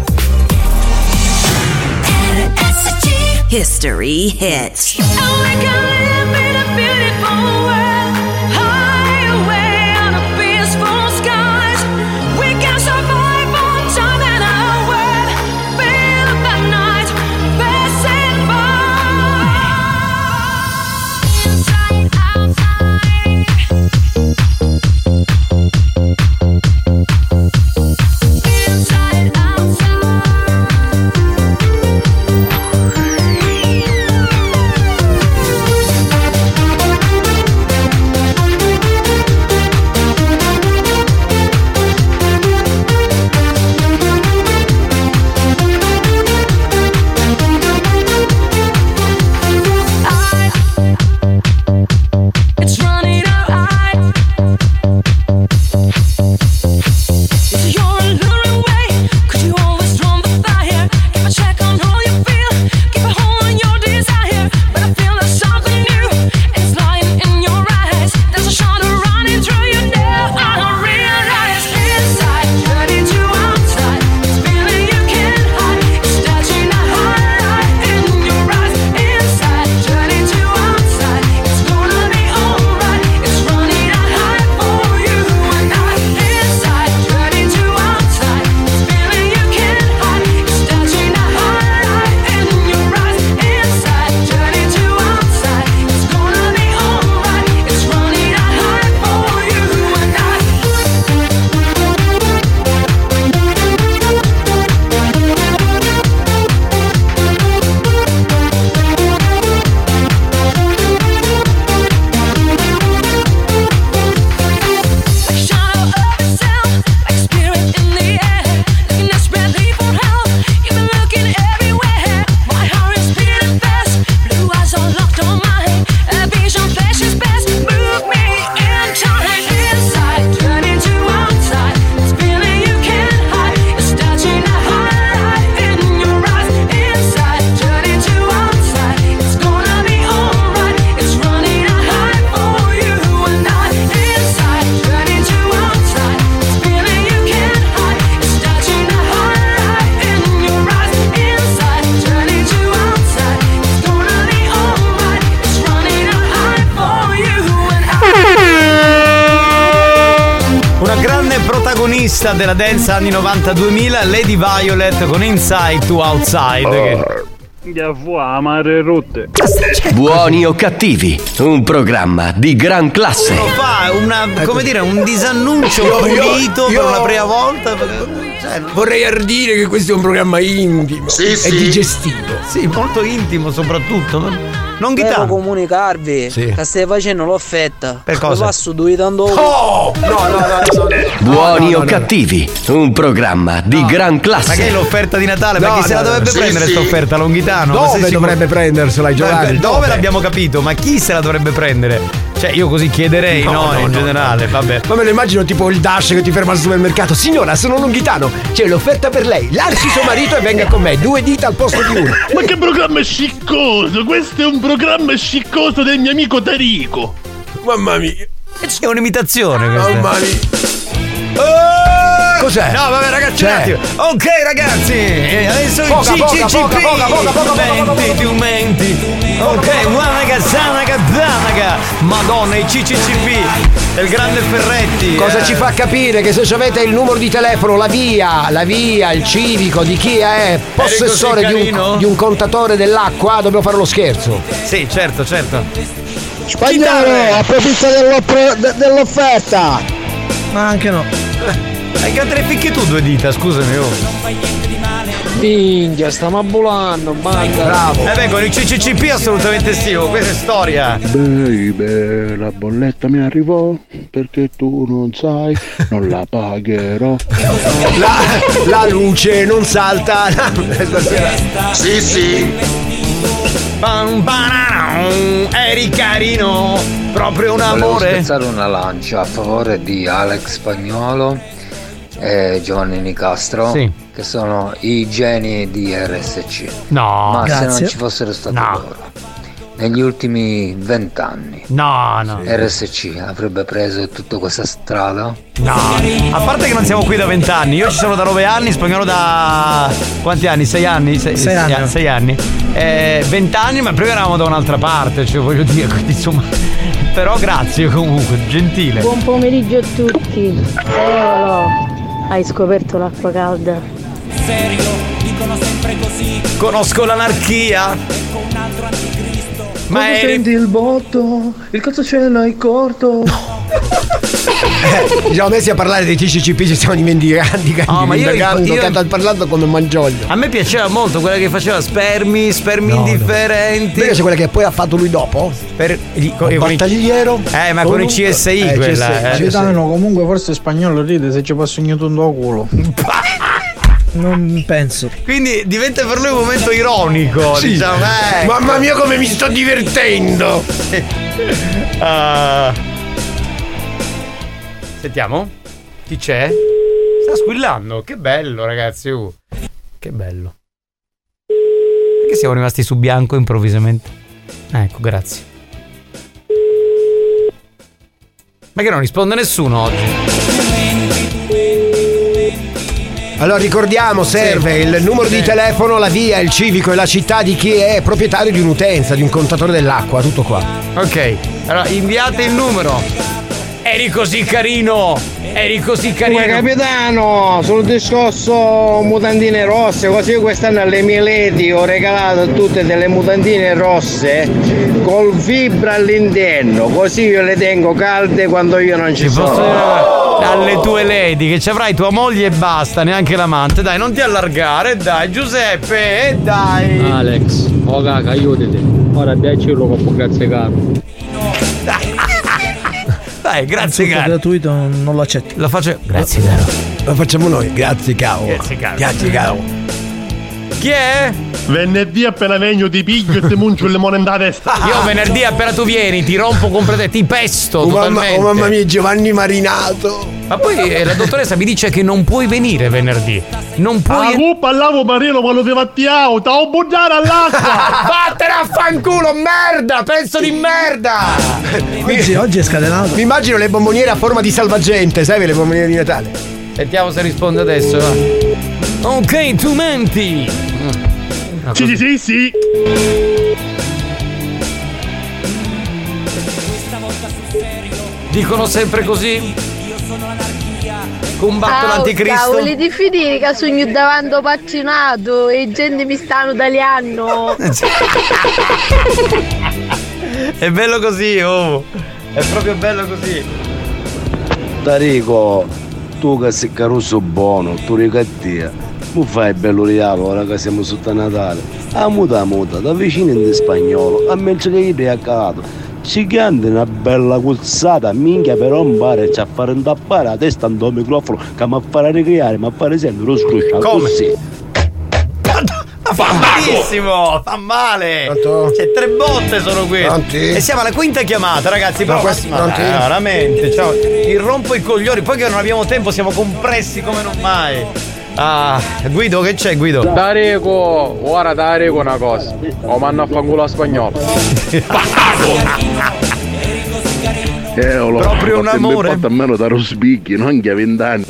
History Hits. Della dance anni 90-2000, Lady Violet con Inside to Outside. Buoni o cattivi, un programma di gran classe. Uno fa un disannuncio pulito per una prima volta. Vorrei ardire che questo è un programma intimo e digestivo. Sì, molto intimo soprattutto. Non devo comunicarvi che stai facendo l'offerta. Per cosa? Passo due tanto. Oh! No. Buoni o cattivi, un programma di gran classe. Ma che è l'offerta di Natale? Ma chi se la dovrebbe prendere questa offerta? Longhitano? Dove dovrebbe prendersela, Giovanni? Dove l'abbiamo capito? Ma chi se la dovrebbe prendere? Cioè, io così chiederei, in generale, vabbè. Ma me lo immagino tipo il Dash che ti ferma al supermercato. Signora, sono Longhitano, c'è l'offerta per lei. Lanci suo marito e venga con me. 2 dita al posto di una. Ma che programma sciccoso! Questo è un programma sciccoso del mio amico Tarico. Mamma mia. È un'imitazione questa. Mamma mia. Cos'è? No, vabbè, ragazzi, un attimo. Ok, ragazzi, adesso il CCCP. Tu menti. Ok, Zanaga. Madonna, il CCCP del grande Ferretti. Cosa ci fa capire che se avete il numero di telefono, la via, il civico di chi è possessore di un contatore dell'acqua, dobbiamo fare lo scherzo. Sì, certo. Spagnolo, approfitta dell'offerta. Ma anche no. Hai cantato picchi tu 2 dita, scusami. Minchia, stiamo abbulando, banda. Bravo. Con il CCCP assolutamente sì, questa è storia. Baby, la bolletta mi arrivò perché tu non sai, non la pagherò. La luce non salta. Sì. Eri carino, proprio un amore. Volevo spezzare una lancia a favore di Alex Spagnolo e Giovanni Nicastro, che sono i geni di RSC. No, ma grazie. se non ci fossero stati loro, negli ultimi 20 anni No. RSC avrebbe preso tutta questa strada? No, a parte che non siamo qui da 20 anni, io ci sono da 9 anni, Spagnolo da quanti anni? 6 anni? 6 anni. 6 anni. 20 anni, ma prima eravamo da un'altra parte, cioè voglio dire, quindi insomma. Però grazie comunque, gentile. Buon pomeriggio a tutti. Hai scoperto l'acqua calda? Serio, dicono sempre così. Conosco l'anarchia. Ma senti il botto, il cazzo ce l'hai corto. Siamo messi a parlare dei TCCP, ci stiamo dimenticando. No, ma io parlando come Mangioglio. A me piaceva molto quella che faceva spermi indifferenti. Perché c'è quella che poi ha fatto lui dopo? Con battagliero. Ma con i CSI quella. Capitano, comunque forse Spagnolo ride se ci passo ogni tondo a culo. Non penso. Quindi diventa per lui un momento ironico, sì. Diciamo. Mamma mia come mi sto divertendo. Sentiamo? Chi c'è? Sta squillando. Che bello, ragazzi. Che bello. Perché siamo rimasti su bianco improvvisamente? Ecco, grazie. Ma che non risponde nessuno oggi? Allora ricordiamo, serve il numero di telefono, la via, il civico e la città di chi è proprietario di un'utenza, di un contatore dell'acqua, tutto qua. Ok, allora inviate il numero. Eri così carino. Ma capitano, sul discorso mutandine rosse, così quest'anno alle mie ledi ho regalato tutte delle mutandine rosse col fibra all'interno, così io le tengo calde quando io non ci sono. Alle tue lady, che ci avrai tua moglie e basta, neanche l'amante. Dai, non ti allargare, dai Giuseppe, dai. Alex, oh caca, aiutati. Ora piacelo con grazie caro. Dai, grazie caro. Gratuito non lo accetto. Lo faccio. Grazie caro. Lo facciamo noi, grazie caro. Grazie caro. Chi è? Venerdì appena vengo ti piglio e ti muncio il limone in testa. Io venerdì appena tu vieni ti rompo completamente, ti pesto totalmente. Oh mamma mia, Giovanni Marinato. Ma poi la dottoressa mi dice che non puoi venire venerdì. Non puoi. La cuppa all'avo marino quando ti fattiamo, t'ho buttare all'acqua. Vattene a fanculo, merda, pezzo di merda. Oggi è scatenato. Mi immagino le bomboniere a forma di salvagente, sai le bomboniere di Natale. Sentiamo se risponde adesso. Ok, tu menti. Sì. Dicono sempre così. Combatto l'anticristo. Cavoli di finire che sogno davanti paccinato e gente mi stanno tagliando. È bello così, oh. È proprio bello così. Tarico, tu che sei caruso buono, tu rigattia. Tu fai bello regalo, ora che siamo sotto Natale. A muta, da vicino in spagnolo, a mentre che gli è cagato. Ci chiandi una bella cuzzata, minchia per rompare e ci a fare un tappare la testa in tuo microfono che mi fa ricreare, ma fare sempre lo scruscio. Come? Così. Fa malissimo, fa male. Pronto? C'è 3 botte sono queste. Pronti? E siamo alla quinta chiamata, ragazzi. Però pronti? veramente, ciao. Irrompo i coglioni, poi che non abbiamo tempo, siamo compressi come non mai. Guido, che c'è Guido? Tarico, ora Tarico una cosa. O manno a fanculo a spagnolo. Proprio un amore. Fatto a meno da Rosbicchi, non che a 20 anni.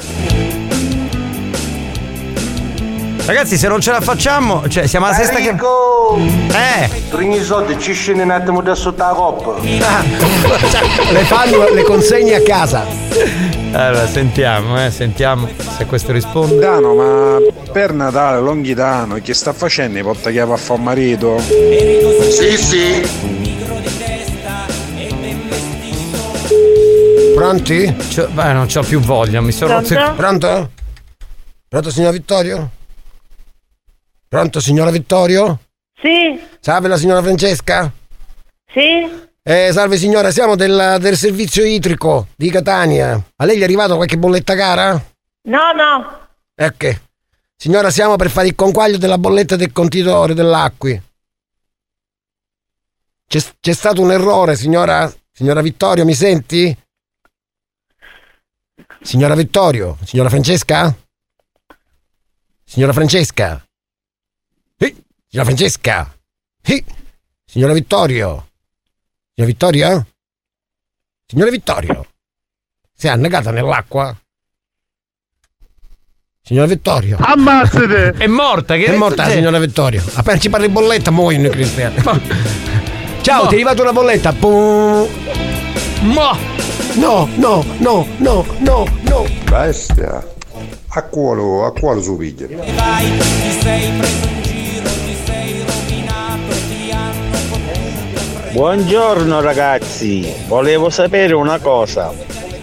Ragazzi, se non ce la facciamo, cioè siamo alla sesta che. Prendi i soldi, ci scendi un attimo da sotto la coppa. Le fanno, le consegni a casa. Allora, sentiamo se questo risponde. Dano, ma per Natale Longhitano che sta facendo? I porta che va a fare marito? Sì. Pronti? Non c'ho più voglia, mi sono rotto. Pronto? Pronto signor Vittorio? Pronto signora Vittorio? Sì. Salve la signora Francesca? Sì. Salve signora, siamo del servizio idrico di Catania. A lei gli è arrivata qualche bolletta cara? No. Ok. Signora, siamo per fare il conquaglio della bolletta del contenitore dell'acqua. C'è stato un errore, signora Vittorio, mi senti? Signora Vittorio? Signora Francesca? Signora Francesca? Signora Francesca? Signora Vittorio? Signora Vittoria? Signora Vittorio? Si è annegata nell'acqua? Signora Vittorio? Ammazzate! È morta, che è morta la signora Vittorio. Appena ci parli bolletta, muoiono i cristiani. Ciao, ti è arrivata una bolletta. No! Bestia. A quale su piglia? Vai, ti sei preso in giro, ti sei rovinato, ti hanno potuto. Buongiorno ragazzi, volevo sapere una cosa.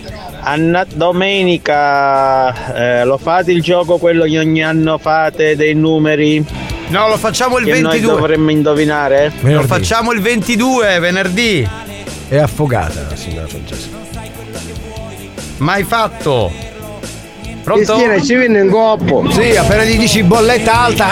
Domenica lo fate il gioco quello che ogni anno fate dei numeri? No, lo facciamo il che 22. Noi dovremmo indovinare? Venerdì. Lo facciamo il 22, venerdì. È affogata la signora Francesca. Mai fatto. Pronto? Cristina, ci viene in coppo. Sì, appena gli dici bolletta alta.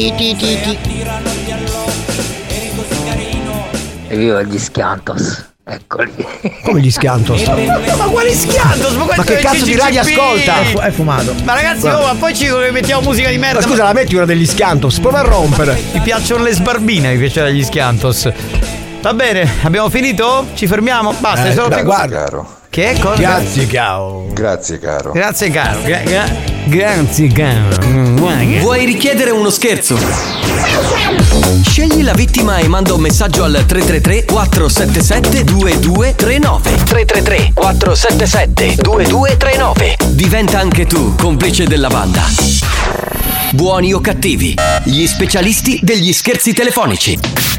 Evviva gli Schiantos. Eccoli. Come gli Schiantos? Ma quali Schiantos? Ma che cazzo di radio ascolta? È fumato. Ma ragazzi, ma poi ci mettiamo musica di merda. Ma scusa, la metti una degli Schiantos? Prova a rompere. Mi piacciono le sbarbine, mi piacciono gli Schiantos. Va bene, abbiamo finito? Ci fermiamo? Basta, Grazie caro. Che cosa? Grazie caro. Grazie caro. Grazie caro. Grazie caro. Vuoi richiedere uno scherzo? Scegli la vittima e manda un messaggio al 333-477-2239. 333-477-2239. Diventa anche tu complice della banda. Buoni o cattivi, gli specialisti degli scherzi telefonici.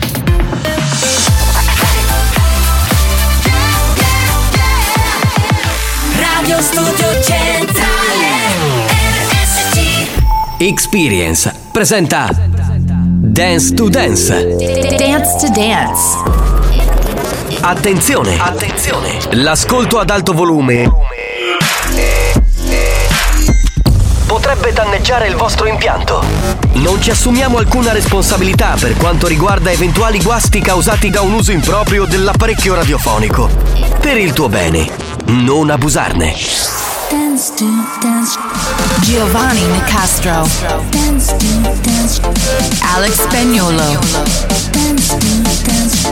Radio Studio Centrale RSC. Experience presenta Dance to Dance. Dance to Dance. Attenzione, attenzione. L'ascolto ad alto volume potrebbe danneggiare il vostro impianto. Non ci assumiamo alcuna responsabilità per quanto riguarda eventuali guasti causati da un uso improprio dell'apparecchio radiofonico. Per il tuo bene, non abusarne. Dance to dance. Giovanni Nicastro. Dance to dance. Alex Spagnuolo. Dance to dance.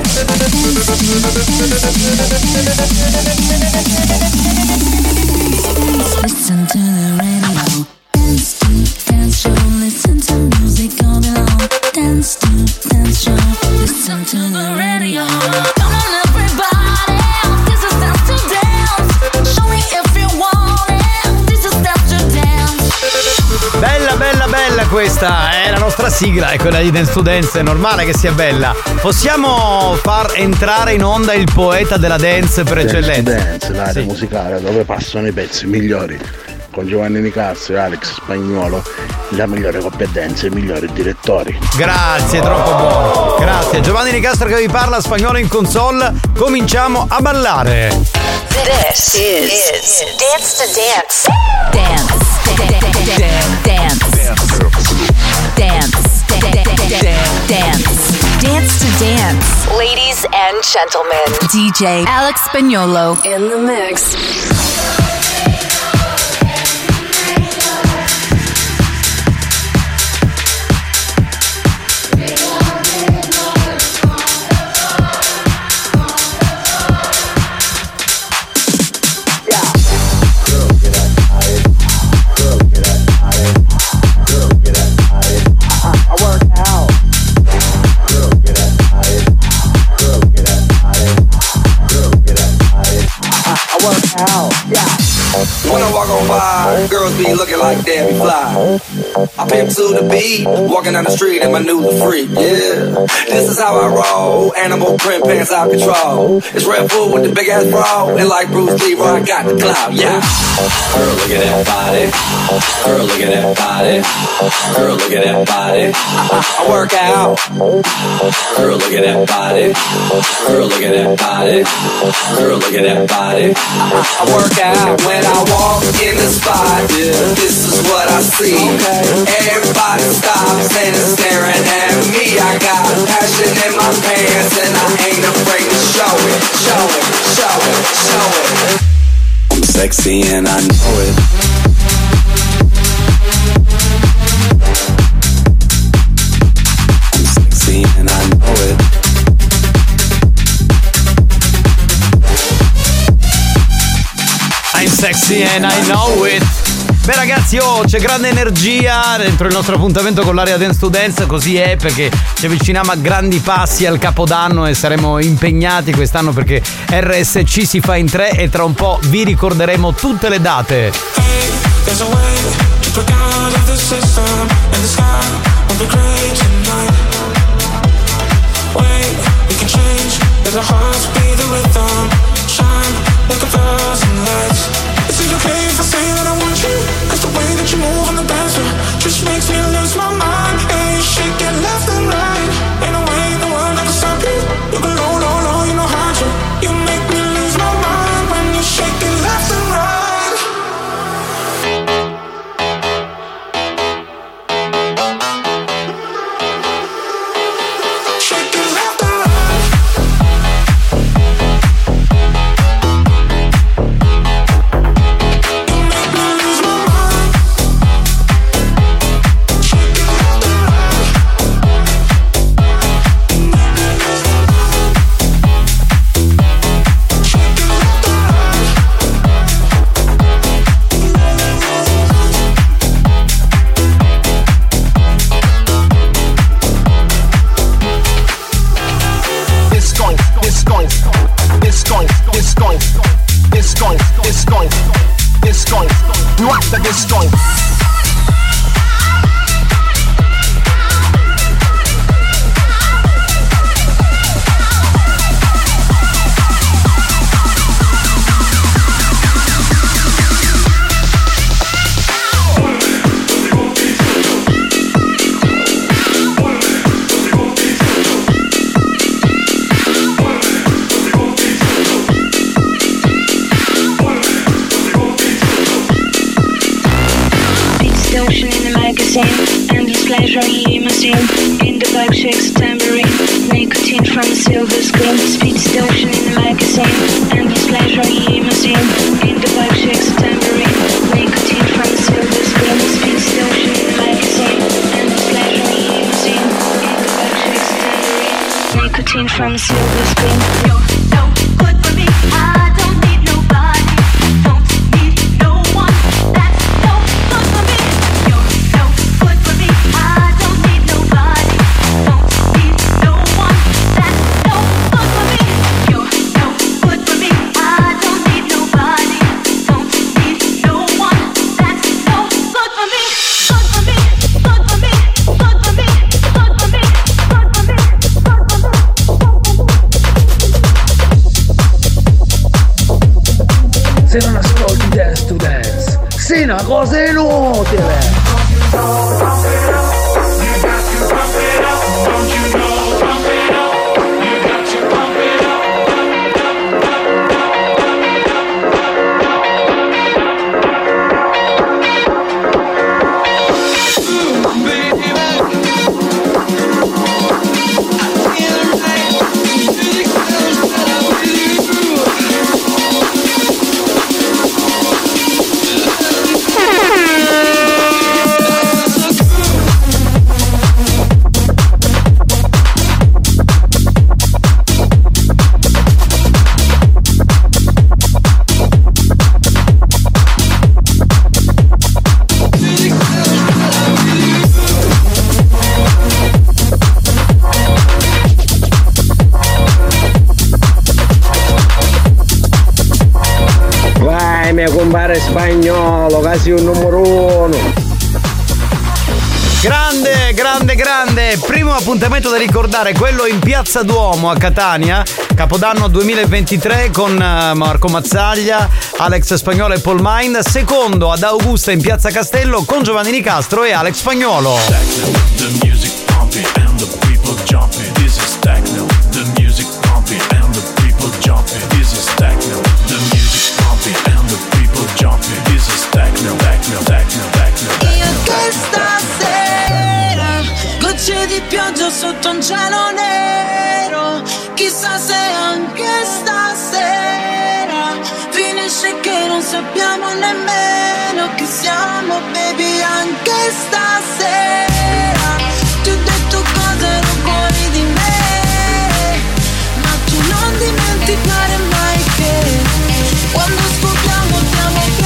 Listen to the radio. Dance to dance show. Listen to music all day long. Dance to dance show. Listen to the radio. Come on everybody. This is dance to dance. Show me if you want it. This is dance to dance. Bella, bella, bella questa. È la nostra sigla, è quella di Dance to Dance. È normale che sia bella. Possiamo far entrare in onda il poeta della dance per eccellenza? Dance, l'area musicale dove passano i pezzi migliori. Con Giovanni Nicastro e Alex Spagnuolo, la migliore coppia dance e i migliori direttori. Grazie, troppo buono. Grazie. Giovanni Nicastro che vi parla, Spagnuolo in console. Cominciamo a ballare. This is Dance to Dance. Dance. Dance. Dance. Dance. Dance to Dance. Ladies and gentlemen, DJ Alex Spagnuolo in the mix. When I walk on by, girls be looking like Debbie Fly. I pimp to the beat, walking down the street in my new freak, yeah. This is how I roll, animal print pants out control. It's Red Bull with the big ass bra, and like Bruce Lee, I got the clout, yeah. Girl, look at that body. Girl, look at that body. Girl, look at that body. I work out. Girl, look at that body. Girl, look at that body. Girl, look at that body. I work out when I walk in the spot. Yeah, this is what I see. Everybody stops and is staring at me. I got passion in my pants and I ain't afraid to show it, show it, show it, show it. I'm sexy and I know it. I'm sexy and I know it. sexy and I know it. Beh ragazzi, c'è grande energia dentro il nostro appuntamento con l'area Dance to Dance, così è, perché ci avviciniamo a grandi passi al Capodanno e saremo impegnati quest'anno perché RSC si fa in 3 e tra un po' vi ricorderemo tutte le date. There's a way to break out of the system, and the sky will be gray tonight. Wait, we can change, let our hearts be the rhythm. Shine like a thousand lights. Is it okay if I say that I want you? Cause the way that you move on the dance floor just makes me lose my mind. Hey, you shake it left and right. Ain't no way in the world I can stop you. You go low, low, low, you know how to. You make me lose my mind when you shake it left and right. Endless pleasure limousine. In the bike shakes a tambourine. Nicotine from a silver screen. Speeds the ocean in the magazine. Endless pleasure limousine. In the bike shakes a tambourine. Nicotine from a silver screen. Speeds the ocean in the magazine. Endless pleasure limousine. In the bike shakes a tambourine. Nicotine from a silver screen. You're so good for me. I don't need nobody. Don't need no one. That's no good for me. You're so good for me. I don't need nobody. Don't need no one. That's no good for me. You're so good for me. I don't need nobody. Don't need no one. That's no good for me. Good for me. Good for me. Good for me. Good for me. Good for me. Se non ascolti Dance to Dance, sei una cosa inutile. Mio compare Spagnolo, quasi un numero uno. Grande, grande, grande. Primo appuntamento da ricordare, quello in Piazza Duomo a Catania, Capodanno 2023 con Marco Mazzaglia, Alex Spagnuolo e Paul Mind. Secondo ad Augusta in Piazza Castello con Giovanni Nicastro e Alex Spagnuolo. Gocce di pioggia sotto un cielo nero. Chissà se anche stasera finisce che non sappiamo nemmeno chi siamo, baby, anche stasera. Ti ho detto cose non vuoi di me, ma tu non dimenticare mai che quando scopriamo siamo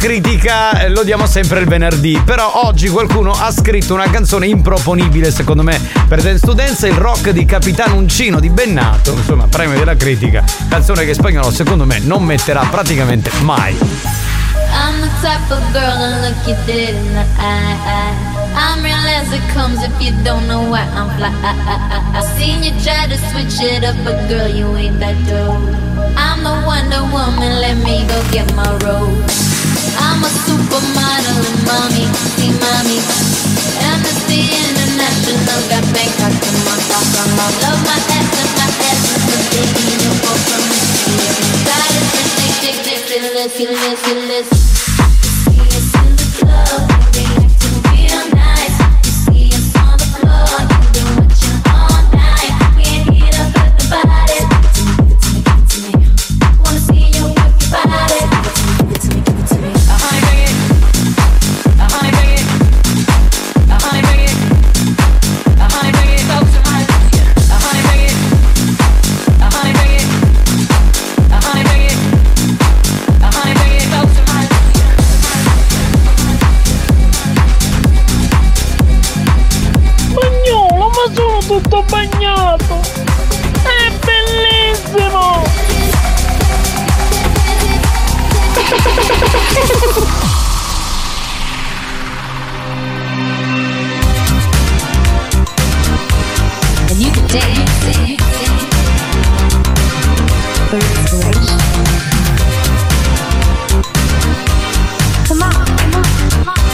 critica lo diamo sempre il venerdì, però oggi qualcuno ha scritto una canzone improponibile secondo me per Dance to Dance, il rock di Capitano Uncino di Bennato, insomma premio della critica, canzone che Spagnolo secondo me non metterà praticamente mai. I'm the type of girl to look you dead in the eye. I'm real as it comes if you don't know why I'm fly. I seen you try to switch it up, but girl, you ain't that dope. I'm the Wonder Woman, let me go get my robe. I'm a supermodel and mommy, see mommy. Amnesty International got Bangkok in my thoughts. I love my ass and my ass is the baby, you don't go from me. God is ridiculous. Tutto bagnato, è bellissimo. And you can dance for inspiration. Come on, come on, come on.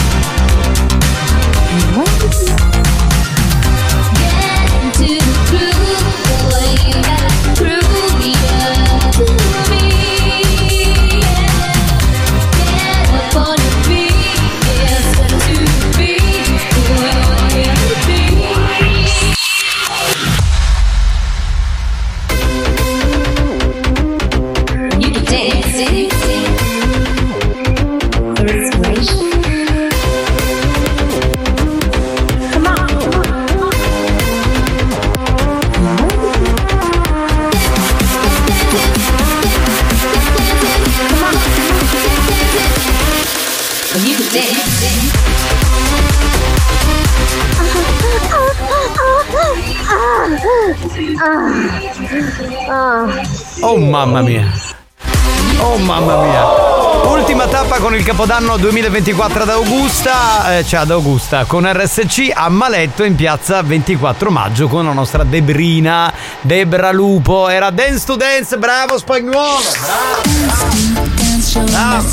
To the groove, boy, you gotta prove ya to me. Yeah, what for the beat, yes, to be who I want to be. You can dance for inspiration. Come on, come on, come on. You can dance. Oh mamma mia. Oh mamma mia. Ultima tappa con il Capodanno 2024 ad Augusta, cioè ad Augusta, con RSC a Maletto in piazza 24 maggio con la nostra Debrina, Debra Lupo. Era Dance to Dance, bravo Spagnolo, bravo.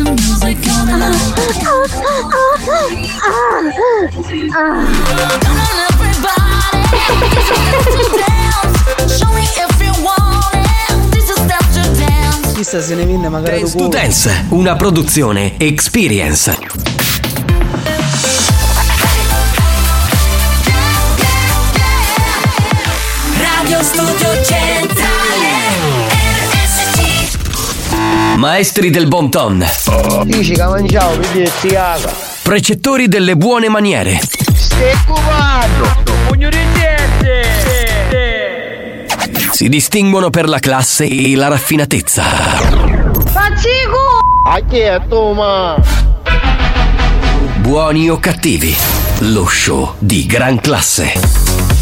Chissà se ne viene magari Dance to Dance, una produzione Experience. Radio Studio Centrale RSC. Maestri del bon ton. Dici che mangiavo per caga. Precettori delle buone maniere. Stai cubando. Pugno di gente. Si distinguono per la classe e la raffinatezza. Pazzico! A chi è tu, ma? Buoni o cattivi, lo show di gran classe.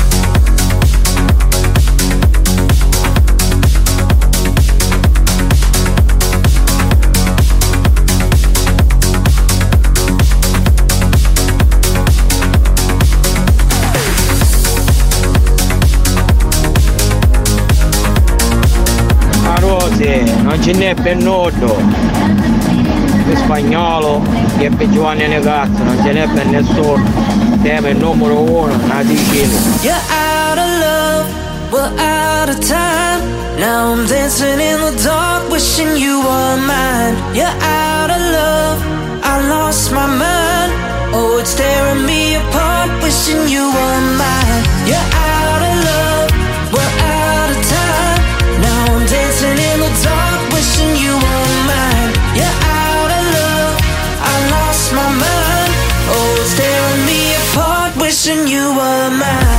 Non ce n'è per nudo. Il Spagnolo che è per Giovanni Negazzo, non ce n'è per nessuno. Tema il numero uno, una decina. You're out of love, we're out of time. Now I'm dancing in the dark, wishing you were mine. You're out of love, I lost my mind. Oh, it's tearing me apart, wishing you were mine. You're out of love, we're out of time. Now I'm dancing in the dark, wishing you were mine. You're out of love, I lost my mind. Oh, it's tearing me apart, wishing you were mine.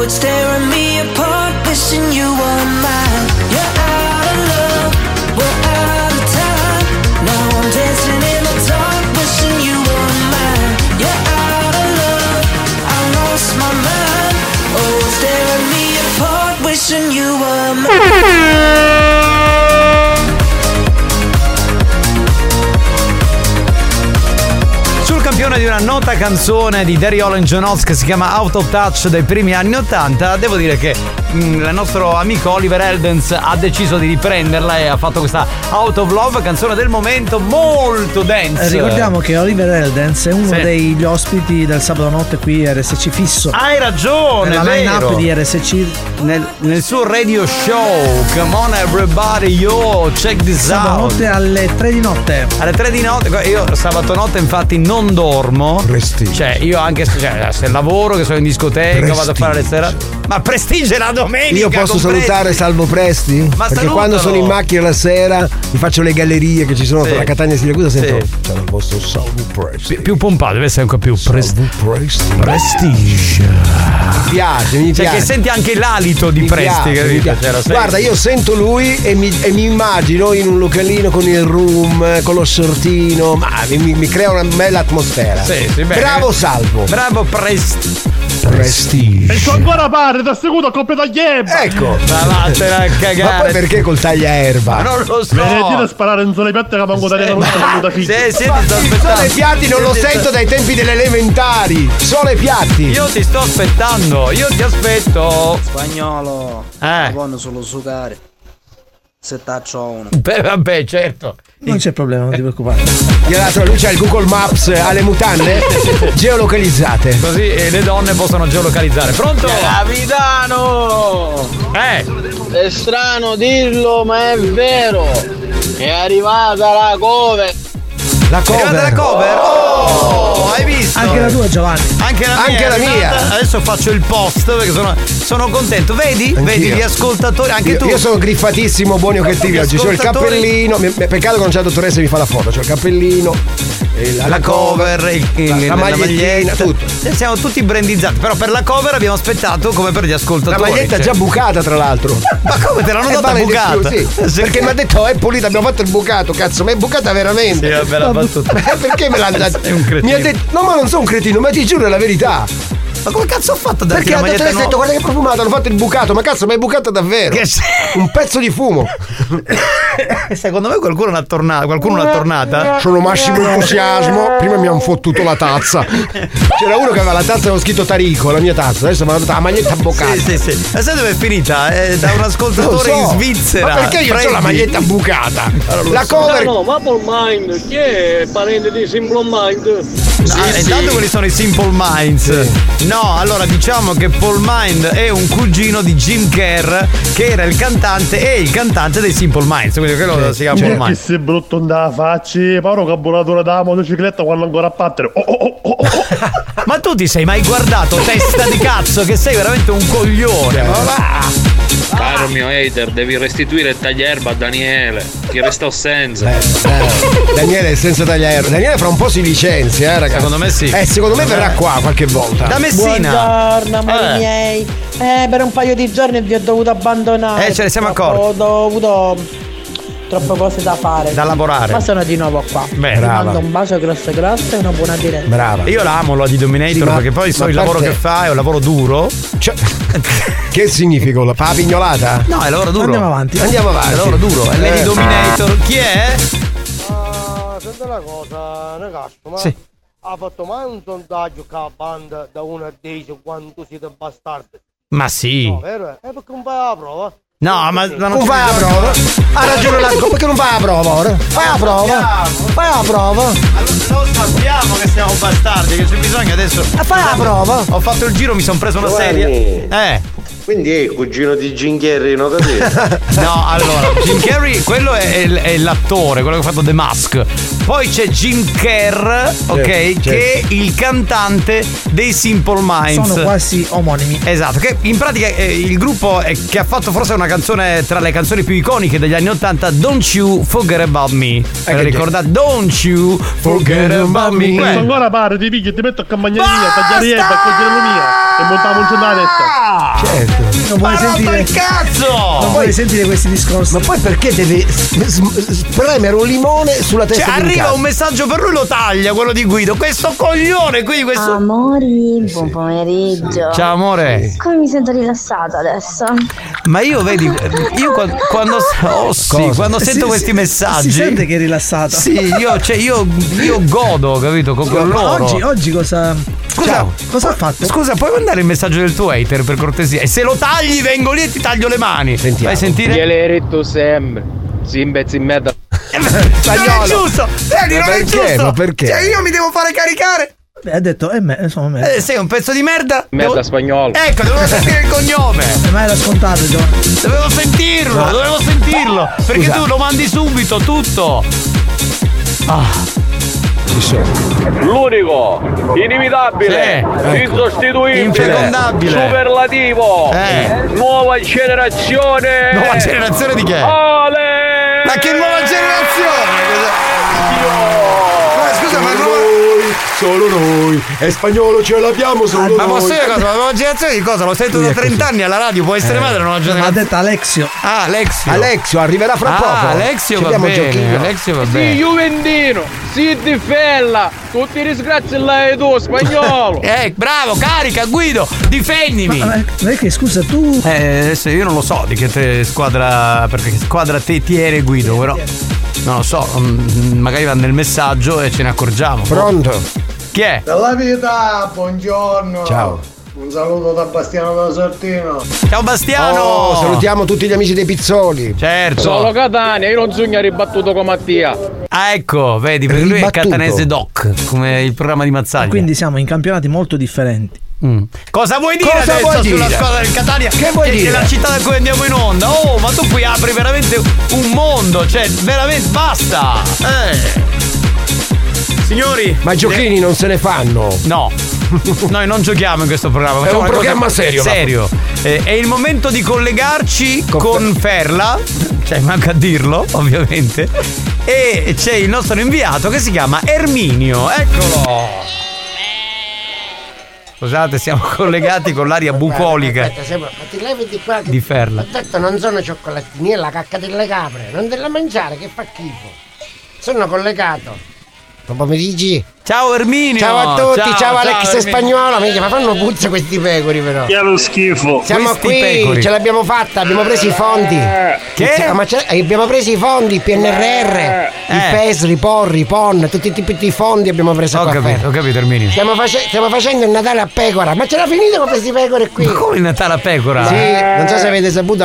it's tearing me apart, wishing you were mine. You're out of love, we're out of time. Now I'm dancing in the dark, wishing you were mine. You're out of love, I lost my mind. Oh, it's tearing me apart, wishing you were mine. Campione di una nota canzone di Gary Hall and John Oates che si chiama Out of Touch dei primi anni 80, devo dire che il nostro amico Oliver Heldens ha deciso di riprenderla e ha fatto questa Out of Love, canzone del momento molto dance. Ricordiamo che Oliver Heldens è uno degli ospiti del sabato notte qui a RSC fisso. Hai ragione, nella line-up di RSC nel suo radio show. Come on everybody, yo, check this sabato out. Notte alle 3 di notte. Alle 3 di notte, io sabato notte infatti non dormo. Prestige. Cioè, io anche se lavoro, che sono in discoteca, Prestige. vado a fare le serate. Ma Prestige è la domenica. Io posso salutare Salvo Presti? Ma perché salutalo. quando sono in macchina la sera mi faccio le gallerie che ci sono tra Catania e Siracusa, sento c'è il vostro Salvo Presti. Più pompato, deve essere ancora più Prestige. Mi piace, mi cioè piace. che senti anche l'alito di Presti, capito? Guarda, io sento lui e mi immagino in un localino con il room, con lo shortino, ma mi crea una bella atmosfera. Sì, bravo Salvo. Bravo Prestige. Prestige. E c'ho ancora pare, ti assicuro, completa ghiebba. Ecco. Ma vattene a cagare. Ma poi perché col tagliaerba? Ma non lo so. Venerdì da sparare in zone piatte che manco tagliare non sta venuta figlia. Sole piatti non lo sento dai tempi delle elementari. Sole piatti. Io ti sto aspettando, io ti aspetto. Spagnolo. Buono solo sucare. Se taccio uno. Beh, vabbè, certo. Non c'è problema, non ti preoccupare. Gli ha dato, lui c'ha il Google Maps alle mutande geolocalizzate. Così le donne possono geolocalizzare. Pronto? Capitano! È strano dirlo, ma è vero. È arrivata la cover. La cover? La cover? Oh, hai visto? Anche la tua, Giovanni. Anche la mia. Adesso faccio il post perché sono contento. Vedi? Anch'io. Vedi gli ascoltatori, anche tu. Io sono griffatissimo, buoni o cattivi oggi. C'ho il cappellino. Peccato che non c'è la dottoressa e mi fa la foto. C'ho il cappellino, la cover, la magliettina, tutto. Siamo tutti brandizzati. Però per la cover abbiamo aspettato come per gli ascoltatori. La maglietta è già bucata, tra l'altro. Ma come te l'hanno data bucata? Sì. Perché mi ha detto è pulita, abbiamo fatto il bucato, cazzo, ma è bucata veramente. Sì, vabbè, la battuta. Perché me l'ha dato? Sei un cretino. Mi ha detto, no, ma non sono un cretino, ma ti giuro è la verità. Ma come cazzo ho fatto a darti perché la maglietta? Perché ha detto, guarda che profumata, hanno fatto il bucato, ma cazzo, ma è bucata davvero. Un pezzo di fumo. Secondo me qualcuno l'ha tornata. Sono massimo entusiasmo. Prima mi hanno fottuto la tazza. C'era uno che aveva la tazza con scritto Tarico, la mia tazza. Adesso mi hanno dato la maglietta bucata. Sì. Ma sai dove è finita? Da un ascoltatore in Svizzera. Ma perché io ho la maglietta bucata? La cover. No, ma Paul Mind, chi è parente di Simple Mind? Intanto quelli sono i Simple Minds. No, allora diciamo che Paul Mind è un cugino di Jim Kerr, che era il cantante dei Simple Minds. Quindi quello si chiama Paul Mind. Che sei brutto da facci, Paolo carburatore da motocicletta quando ancora a battere. Ma tu ti sei mai guardato, testa di cazzo, che sei veramente un coglione. Ma va! Caro mio hater, devi restituire il taglierba a Daniele, che restò senza. Daniele è senza tagliaerba. Daniele fra un po' si licenzia, ragazzi. Secondo me sì. Secondo me verrà qua qualche volta. Da Messina. Buongiorno, amori miei. Per un paio di giorni vi ho dovuto abbandonare. Ce ne siamo accorti. Ho dovuto troppe cose da fare. Da lavorare. Ma sono di nuovo qua. Beh, vi brava. mando un bacio grosso e una buona diretta. Brava. Io la amo la di Dominator, perché poi so il lavoro che fa, è un lavoro duro. Che significa? La fa pignolata? No, è lavoro duro. Andiamo avanti. È lavoro duro. È Lady Dominator. Chi è? Senti una cosa, ragazzo, ma ha fatto mai un sondaggio che la banda da 1 a 10 quanto siete bastardi? Ma sì. No, vero? Perché non fai la prova? No, ma non fai la prova? Ha ragione Largo, perché non fai la prova ora? Fai la prova. Fai la prova. Lo sappiamo che siamo bastardi, che c'è bisogno adesso. Fai la prova. Ho fatto il giro, mi sono preso una serie. Quindi è il cugino di Jim Carrey, no? No, allora, Jim Carrey, quello è l'attore, quello che ha fatto The Mask. Poi c'è Jim Kerr, ok, che è il cantante dei Simple Minds. Sono quasi omonimi. Esatto, che in pratica il gruppo che ha fatto forse una canzone tra le canzoni più iconiche degli anni 80, Don't You Forget About Me. Ricordate? Don't You Forget About Me. Ancora pare, ti pigli e ti metto a campagnare mia, tagliare e cogliere la mia. e montavo un giornaletta. Certo. Non vuoi sentire il cazzo! Non vuoi sentire questi discorsi. Ma poi perché deve premere un limone sulla testa di arriva Riccardo? un messaggio per lui, lo taglia quello di Guido. Questo coglione qui, questo. Amori, buon pomeriggio. Ciao amore. Come mi sento rilassata adesso? Ma io vedi, io quando sento questi messaggi. Si sente che è rilassata. Sì, io godo, capito? Con loro. Oggi cosa ha fatto? Scusa, puoi mandare il messaggio del tuo hater per cortesia? E se lo tagli vengo lì e ti taglio le mani. Sentiamo. Fai sentire? Gliel'hai detto sempre. Si imbezzi in merda. Non è giusto! Senti, non è giusto! Ma perché? Cioè, io mi devo fare caricare! Ha detto, insomma, merda. Sei un pezzo di merda? Merda spagnolo. Ecco, dovevo sentire il cognome! Ma era scontato, Giovanni. Dovevo sentirlo! Perché Scusa. tu lo mandi subito, tutto! L'unico, inimitabile, insostituibile, infecondabile, superlativo, nuova generazione. Nuova generazione di che? Ale! Ma che nuova generazione? Ma scusa, ma Solo noi, è spagnolo, ce l'abbiamo solo ma noi. posso dire cosa? La nuova generazione di cosa? Lo sento da 30 anni alla radio, può essere mai della nuova Ha generazione? detto Alexio. Ah, Alexio arriverà fra poco. Alexio Ci va abbiamo bene, giochino. Alexio va Sì, bene. Juventino, sì di Fella, tutti disgrazi là e tu, spagnolo. Bravo, carica, Guido, difendimi. Ma perché scusa, tu. Adesso io non lo so di che squadra, perché squadra ti eri Guido, però non lo so, magari va nel messaggio e ce ne accorgiamo. Pronto? Chi è? Dalla vita, buongiorno. Ciao. Un saluto da Bastiano da Sortino. Ciao Bastiano. Oh, salutiamo tutti gli amici dei Pizzoli. Certo. Solo Catania, io non sogno ribattuto come Mattia. Ah, ecco, vedi, per lui è Ribattuto. Catanese Doc, come il programma di Mazzaglia. Quindi siamo in campionati molto differenti. Cosa vuoi dire Cosa adesso vuoi sulla dire? squadra del Catania? Che vuoi dire? È la città da cui andiamo in onda. Oh, ma tu qui apri veramente un mondo, cioè veramente basta. Signori, Ma i giochini non se ne fanno. no. Noi non giochiamo in questo programma. Facciamo un una cosa programma serio, Serio. È il momento di collegarci con Ferla. Cioè, manca a dirlo, ovviamente. E c'è il nostro inviato che si chiama Erminio. Eccolo. Scusate, siamo collegati con l'aria bucolica Aspetta, ma ti levi di qua. di Ferla. Ho detto non sono cioccolatini, è la cacca delle capre. Non della mangiare, che fa schifo. Sono collegato. Buon pomeriggio. Ciao Erminio. Ciao a tutti, ciao Alex Erminio. Spagnolo. Minchia, ma fanno puzza questi pecori però. Che è lo schifo. Siamo Questi qui, pecori. ce l'abbiamo fatta, abbiamo preso i fondi. Che? Ma abbiamo preso i fondi, il PNRR, il PES, il PON, tutti i tipi di fondi abbiamo preso Ho qua. capito Erminio. Stiamo facendo il Natale a pecora, ma ce l'ha finito con questi pecore qui? Ma come il Natale a pecora? Sì, non so se avete saputo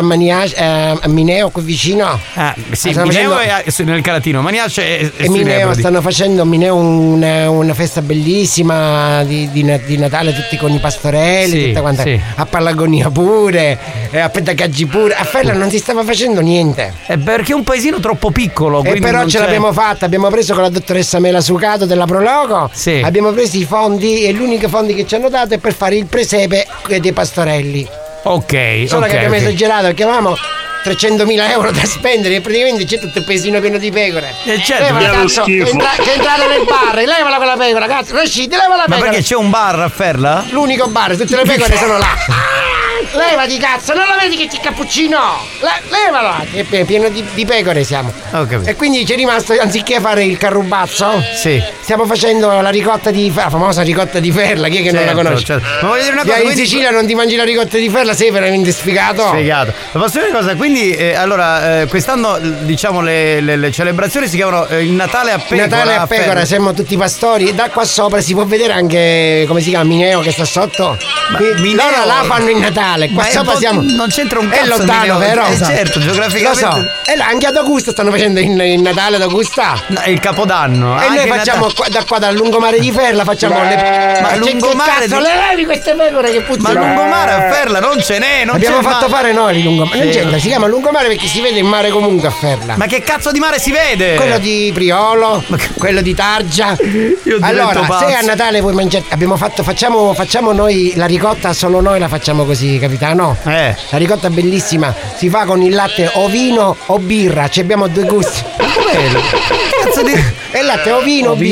a Mineo qui vicino. Sì, stanno Mineo facendo- è nel Calatino, Maniace E sui Mineo Nebrodi. stanno facendo a Mineo una festa bellissima di Natale, tutti con i pastorelli, Sì, tutta quanta, sì. a Palagonia pure, a Pedacaggi pure. A Ferla non si stava facendo niente. È perché è un paesino troppo piccolo. E quindi però non ce c'è- l'abbiamo fatta, abbiamo preso con la dottoressa Mela Sucato della Prologo, Sì. abbiamo preso i fondi e l'unico fondi che ci hanno dato è per fare il presepe dei pastorelli. Ok, Solo che abbiamo ok. esagerato perché avevamo 300.000 euro da spendere e praticamente c'è tutto il paesino pieno di pecore. certo, Levala, che è lo cazzo, schifo. c'è entrato nel bar, levala quella pecora, cazzo, Rashid, leva la Ma pecora. perché c'è un bar a Ferla? L'unico bar, tutte le pecore sono là. Levati cazzo, non la vedi che c'è il cappuccino? Levala! È pieno di pecore siamo. Ho capito. E quindi ci è rimasto, anziché fare il carrubazzo, Sì. stiamo facendo la ricotta la famosa ricotta di Ferla, chi è che non la Certo, conosce? certo. Ma voglio dire una cosa, in quindi- Sicilia non ti mangi la ricotta di Ferla, sei veramente sfigato. Spiegato. Ma posso dire una cosa? Quindi, allora, quest'anno diciamo le celebrazioni si chiamano il Natale a pecora. Natale a pecora, Ferla. siamo tutti pastori e da qua sopra si può vedere anche, come si chiama, Mineo che sta sotto. Mineo- Loro là fanno il Natale, qua Ma è sopra un po'- siamo. non c'entra un È cazzo lontano, Mineo. vero? Certo, geograficamente. Lo so. E là anche ad Augusta stanno facendo il Natale ad Augusta. No, è il Capodanno. E anche noi il facciamo Natale. da qua dal lungomare di Ferla facciamo le. Ma Che lungomare cazzo, di- le levi queste pecore che puzzano? Ma lungomare a Ferla non ce n'è, non Abbiamo c'è fatto ma- fare noi il lungomare. Non Sì. c'entra, si chiama lungomare perché si vede il mare comunque a Ferla. Ma che cazzo di mare si vede? Quello di Priolo, quello di Targia. divento Allora, pazzo. se a Natale vuoi mangiare, facciamo noi la ricotta, solo noi la facciamo così, capitano. La ricotta è bellissima, si fa con il latte o vino o birra, ci abbiamo due gusti. Cazzo di... E il latte o vino o birra.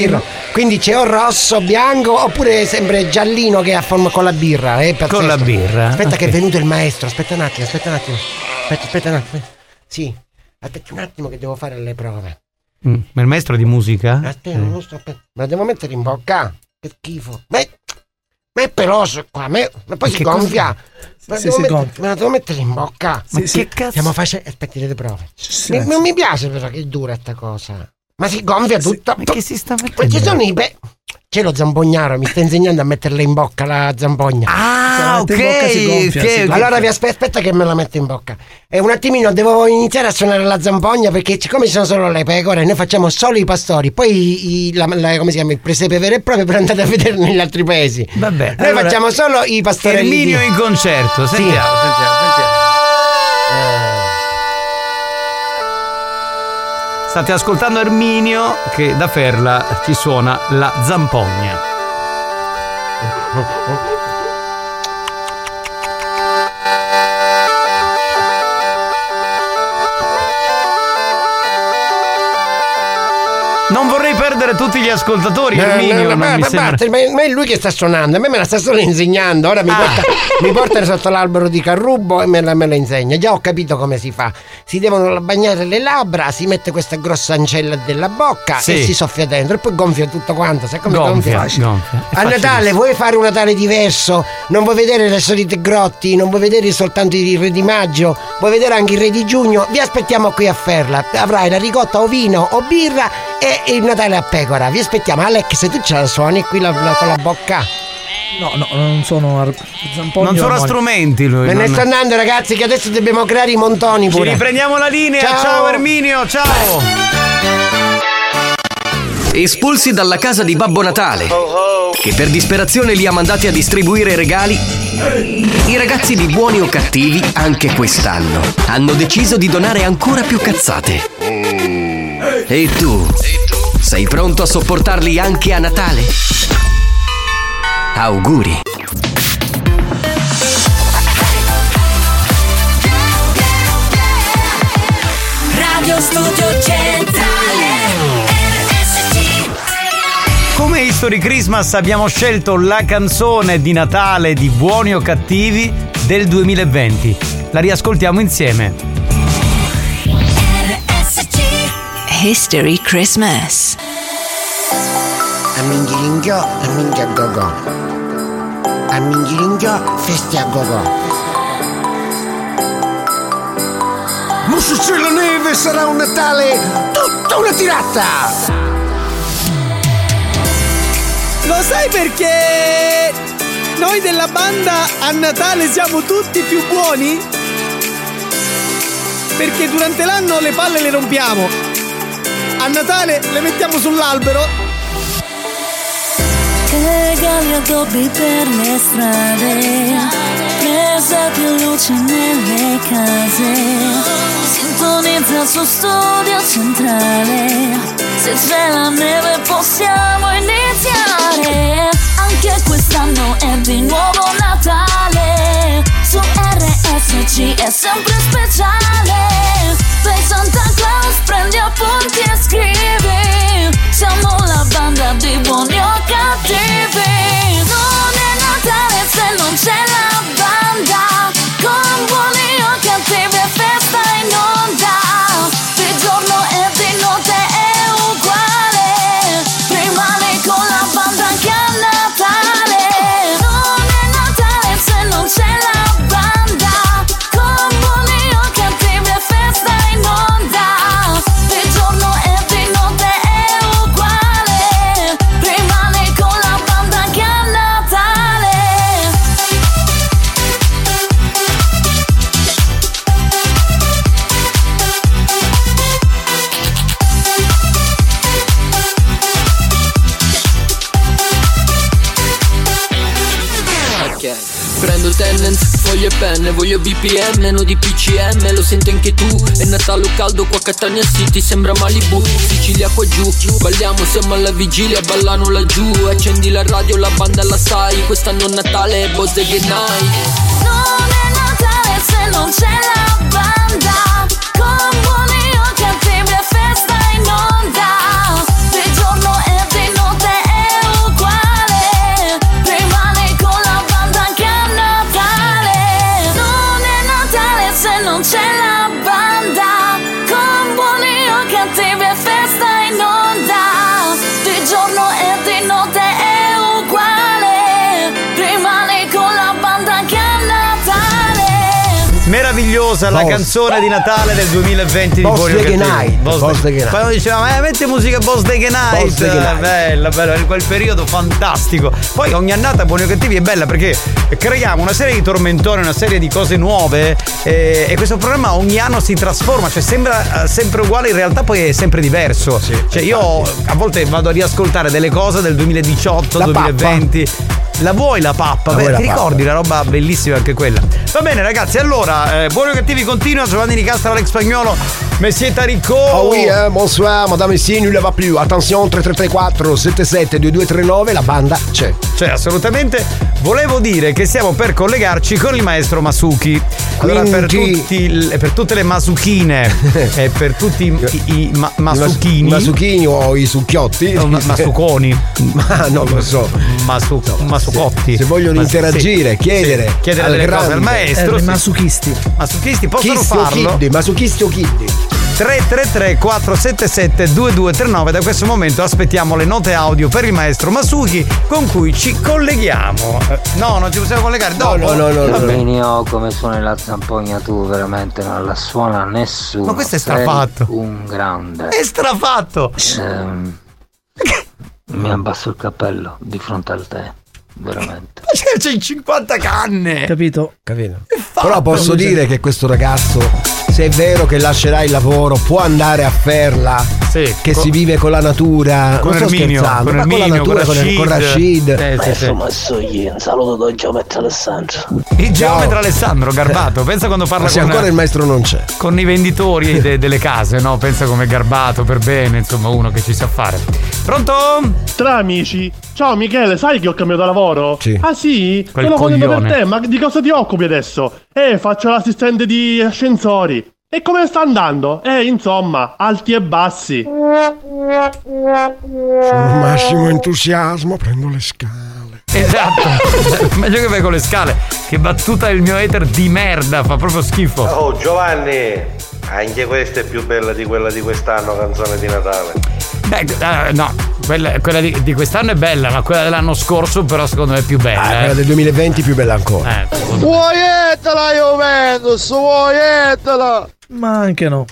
Quindi c'è o rosso, bianco, oppure sempre giallino che ha forma con la birra. Con la birra. Aspetta che è venuto il maestro, aspetta un attimo. Aspetta un attimo. Sì, aspetti un attimo che devo fare le prove. Ma il maestro di musica? Aspetta, non sto me la devo mettere in bocca. Che schifo. Ma è peloso qua, ma poi si gonfia. Me la devo mettere in bocca. Ma che cazzo? Stiamo facendo. Aspetti le prove. Non mi piace però che dura sta cosa. Ma si gonfia tutta. Ma che si sta mettendo? Poi ci sono c'è lo zampognaro, mi sta insegnando a metterle in bocca la zampogna. Ah, ok. Allora vi aspetta che me la metto in bocca. E un attimino devo iniziare a suonare la zampogna, perché siccome ci sono solo le pecore, noi facciamo solo i pastori. Poi come si chiama, il presepe vero e proprio, per andare a vedere negli altri paesi. Vabbè. Noi facciamo solo i pastori. Erminio in concerto, sentiamo. State ascoltando Erminio che da Ferla ci suona la zampogna. Non vorrei perdere tutti gli ascoltatori, Erminio. Ma è lui che sta suonando, a me la sta solo insegnando. Ora mi porta sotto l'albero di Carrubo e me la insegna. Già ho capito come si fa. Si devono bagnare le labbra, si mette questa grossa ancella della bocca e si soffia dentro e poi gonfia tutto quanto. Sai come gonfia? A Natale vuoi fare un Natale diverso? Non vuoi vedere le solite grotti, non vuoi vedere soltanto il Re di Maggio, vuoi vedere anche il Re di Giugno? Vi aspettiamo qui a Ferla. Avrai la ricotta o vino o birra e il Natale a pecora. Vi aspettiamo. Alex, se tu ce la suoni qui con la bocca. No, non sono zampogni. Non sono strumenti lui. Me ne sto andando, ragazzi, che adesso dobbiamo creare i montoni pure. Ci riprendiamo la linea. Ciao Erminio, ciao. Espulsi dalla casa di Babbo Natale, che per disperazione li ha mandati a distribuire regali, i ragazzi di Buoni o Cattivi anche quest'anno hanno deciso di donare ancora più cazzate. E tu? Sei pronto a sopportarli anche a Natale? Auguri! Radio Studio Centrale RSC. Come History Christmas abbiamo scelto la canzone di Natale di Buoni o Cattivi del 2020. La riascoltiamo insieme. History Christmas. Aminghiringhio, aminghia gogo. Aminghiringhio, festi a gogo. Ma se c'è la neve sarà un Natale tutta una tirata. Lo sai perché noi della banda a Natale siamo tutti più buoni? Perché durante l'anno le palle le rompiamo. A Natale le mettiamo sull'albero. Regali addobbi per le strade, presa più luce nelle case, sintonizza su Studio Centrale. Se c'è la neve possiamo iniziare. Anche quest'anno è di nuovo Natale. Su RSC è sempre speciale. Fai Santa Claus, prendi appunti e scrivi. Siamo la banda di Buoni o Cattivi. Non è Natale se non c'è la banda. Con Buoni o Cattivi è festa in onda. Di giorno e di notte è uguale. Rimani con la banda anche a Natale. Non è Natale se non c'è la banda. Con Buoni o Cattivi è festa in onda. Di giorno e di notte è uguale. Rimani con la banda anche a Natale. Ok, prendo tendenze, foglie e penne, voglio BPM, no di PCM, lo senti anche tu. È Natale caldo qua a Catania City, sembra Malibu, Sicilia qua giù. Balliamo, siamo alla vigilia, ballano laggiù. Accendi la radio, la banda la sai, quest'anno è Natale, boss the night. Non è Natale se non c'è la banda. Con Buoni o Cattivi è festa in onda. Di giorno e di notte meravigliosa la canzone di Natale del 2020 di Buoni o Cattivi. Quando dicevamo metti musica Boss Day Night, bella, quel periodo fantastico. Poi ogni annata Buoni o Cattivi è bella perché creiamo una serie di tormentoni, una serie di cose nuove e questo programma ogni anno si trasforma, cioè sembra sempre uguale, in realtà poi è sempre diverso. Cioè io a volte vado a riascoltare delle cose del 2018, 2020. La vuoi la pappa? Ti ricordi la roba bellissima anche quella? Va bene ragazzi, allora Buoni o Cattivi continua. Giovanni Nicastro, Alex Spagnuolo, Messie Taricco. Oh oui, bonsoir, madame ici, nulla va più. Attenzione, 3334 77 2239, la banda c'è. Assolutamente. Volevo dire che stiamo per collegarci con il maestro Masuki. Allora per tutte le masuchine e per tutti i masuchini. I masuchini o i succhiotti? Masuconi. Ma non lo so. Masucotti. Se vogliono interagire, chiedere delle cose al maestro. I masuchisti. Masuchisti possono farlo. Masuchisti o kiddi? 333 477 2239. Da questo momento aspettiamo le note audio per il maestro Masuki con cui ci colleghiamo. No, non ci possiamo collegare dopo. No. Come suoni la zampogna tu, veramente non la suona nessuno. Ma questo è strafatto. Un grande. È strafatto. Mi abbasso il cappello di fronte a te. Veramente. C'è 50 canne. Capito? Però posso dire che questo ragazzo, se è vero che lascerà il lavoro, può andare a Ferla, che si vive con la natura. Con non sto scherzando, ma con la natura, con Rashid. Maestro io un saluto dal geometra Alessandro. Il geometra Alessandro Garbato, pensa quando parla se ancora il maestro non c'è. Con i venditori delle case, no? Pensa come Garbato, per bene, insomma, uno che ci sa fare. Pronto? Tra amici. Ciao Michele, sai che ho cambiato lavoro? Sì. Ah sì? Quel Sono contento coglione. per te, ma di cosa ti occupi adesso? Faccio l'assistente di ascensori. E come sta andando? Insomma, alti e bassi. Sono massimo entusiasmo, prendo le scale. Esatto. Meglio che vai con le scale. Che battuta il mio hater di merda, fa proprio schifo. Oh Giovanni, anche questa è più bella di quella di quest'anno, canzone di Natale. No, quella di quest'anno è bella, ma quella dell'anno scorso però secondo me è più bella. Quella del 2020 più bella ancora. Vuoietela Juventus, vuoietela! Ma anche no.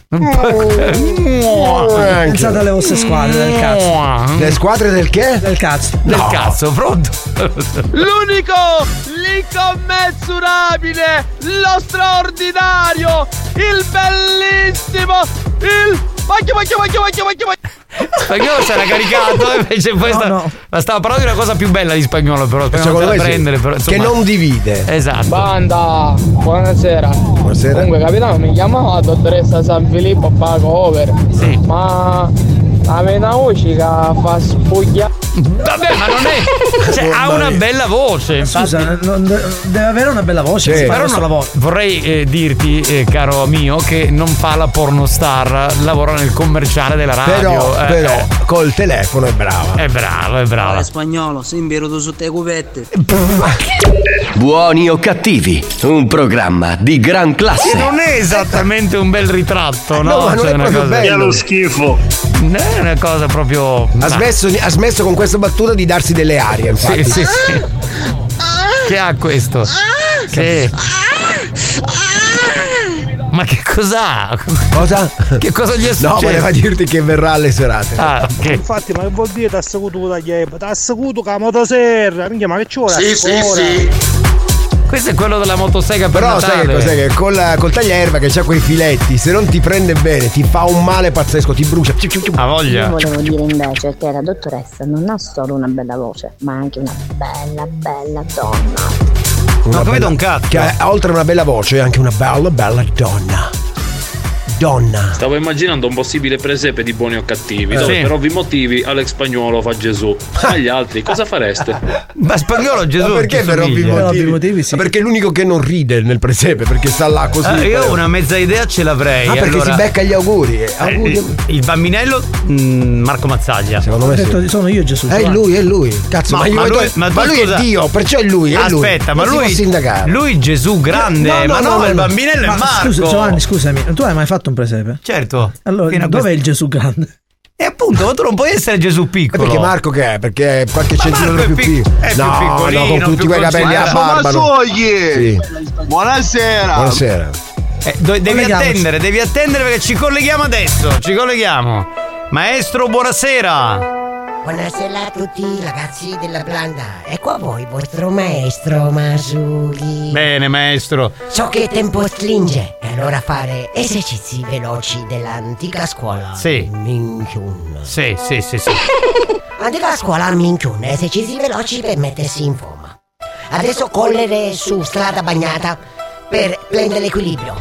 Pensate alle vostre squadre del cazzo. Le squadre del che? Del cazzo. Del cazzo, pronto? L'unico, l'incommensurabile, lo straordinario, il bellissimo, il Macchio. Spagnolo si era caricato invece poi ma stava parlando di una cosa più bella di Spagnolo, però secondo me prendere, però, insomma, che non divide. Esatto. Banda, buonasera. Comunque capitano mi chiamava dottoressa San Filippo a fare cover. Sì. Ma aveva una voce che fa spuglia. Vabbè, ma non è. Cioè, ha una bella voce. Scusa, deve avere una bella voce. Sì. Però vorrei dirti, caro mio, che non fa la pornostar, lavora nel commerciale della radio. Però col telefono è brava. È brava. È spagnolo, si imberuto su te cuvette. Buoni o cattivi, un programma di gran classe. Che non è esattamente un bel ritratto, no? Ma non è proprio bello. È lo schifo. Non è una cosa proprio. Ha smesso con questa battuta di darsi delle arie, infatti. Sì. Che ha questo? Sì. Ma che cos'ha? Cosa? Che cosa gli è successo? No, voleva dirti che verrà alle serate. Ok. Infatti, ma che vuol dire t'ha saputo da Gheba? T'ha saputo che la motosserra? Minchia, ma che ci vuole? Sì. Questo è quello della motosega per Però Natale. sai che cos'è? Che col taglierba che c'ha quei filetti, se non ti prende bene, ti fa un male pazzesco, ti brucia. Ha voglia. Io volevo dire invece che la dottoressa non ha solo una bella voce, ma anche una bella donna. Non capito un cazzo. Che oltre a una bella voce è anche una bella donna. Stavo immaginando un possibile presepe di Buoni o Cattivi, dove sì, per ovvi motivi Alex Spagnuolo fa Gesù. Ma gli altri cosa fareste? Ma Spagnolo Gesù. Ma perché per ovvi motivi? Sì. Ma perché è l'unico che non ride nel presepe, perché sta là così. Io una mezza idea ce l'avrei. Perché allora, si becca gli auguri. Il bambinello Marco Mazzaglia. Secondo me sì. Sono io Gesù. È lui. Cazzo, ma lui scusa, è Dio, perciò è lui. Aspetta, ma lui Gesù grande, no, il bambinello è Marco. Scusa, Giovanni, scusami, tu hai mai fatto un presepe? Certo. Allora, dov'è il Gesù grande? E appunto, ma tu non puoi essere Gesù piccolo. Perché Marco che è? Perché è qualche centimetro più piccolo. È più piccolino, con tutti quei capelli a barba. Sì. Buonasera. Devi attendere perché ci colleghiamo adesso. Maestro, buonasera. Buonasera a tutti ragazzi della Blanda. Ecco a voi il vostro maestro Masugi. Bene, maestro. So che il tempo stringe e allora fare esercizi veloci dell'antica scuola. Sì. Minkyun. Sì. Antica scuola Minkyun, esercizi veloci per mettersi in forma. Adesso correre su strada bagnata per prendere l'equilibrio.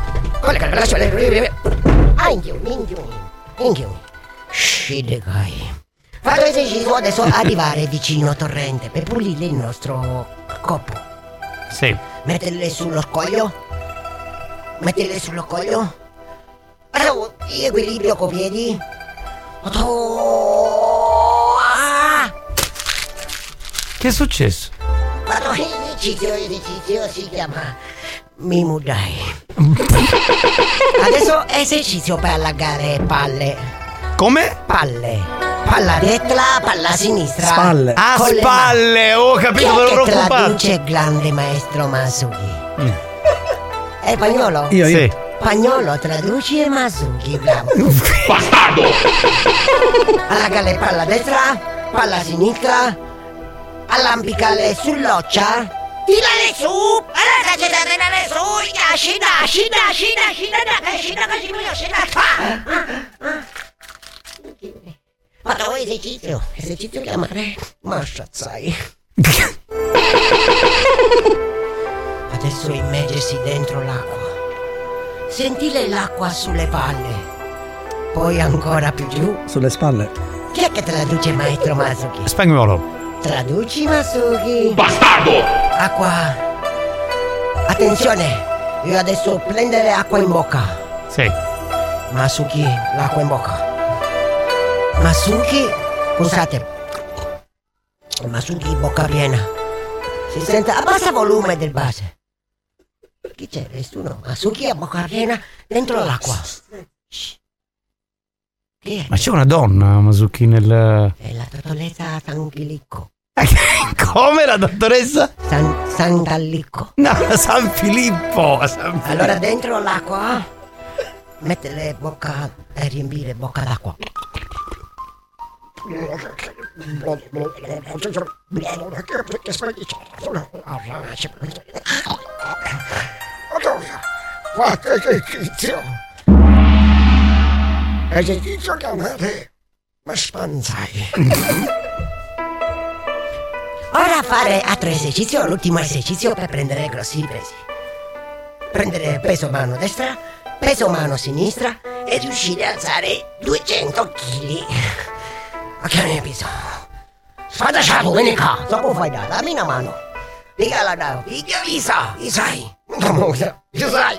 Minkyun. Shidegai. Fatto esercizio, adesso arrivare vicino al torrente per pulire il nostro corpo. Sì. Metterle sullo scoglio. Allora, equilibrio con i piedi. Che è successo? Fatto esercizio si chiama Mimudai. Adesso esercizio per allargare palle. Come? Palle. Palla destra, palla sinistra. Spalle. Ah, spalle! Oh, capito, me lo preoccupato. Traduce grande maestro Masugi. È spagnolo? Io. Sì. Spagnolo traduce Masugi, bravo. Bastardo! Allargare palla destra, palla sinistra. Allampicale sull'occia. Tirare su! Allora c'è da tirare su! Fatto esercizio chiamare Masciazzai. Adesso immergersi dentro l'acqua. Sentire l'acqua sulle palle. Poi ancora più giù. Sulle spalle. Chi è che traduce maestro Masugi? Spagnolo. Traduci Masugi. Bastardo! Acqua. Attenzione. Io adesso prendere acqua in bocca. Sì. Masugi, l'acqua in bocca. Masugi, scusate. Masugi, bocca piena. Si sente, abbassa volume del base. Chi c'è? Nessuno. Masugi a bocca piena dentro l'acqua. Chi è? Ma c'è una donna, Masuki, nel... È la dottoressa Sanfilicco. Come la dottoressa? San Gallicco. No, San Filippo. Allora dentro l'acqua mettere bocca e riempire bocca d'acqua. Esercizio chiamate Maspanzai. Ora fare altro esercizio, l'ultimo esercizio per prendere grossi pesi. Prendere peso mano destra, peso mano sinistra e riuscire a alzare 200 kg. Ok, ne piso. Spadacciato, vieni qua. Dopo fai da, dammi una mano. Pigala da, piglia Isa. Isai. Isai.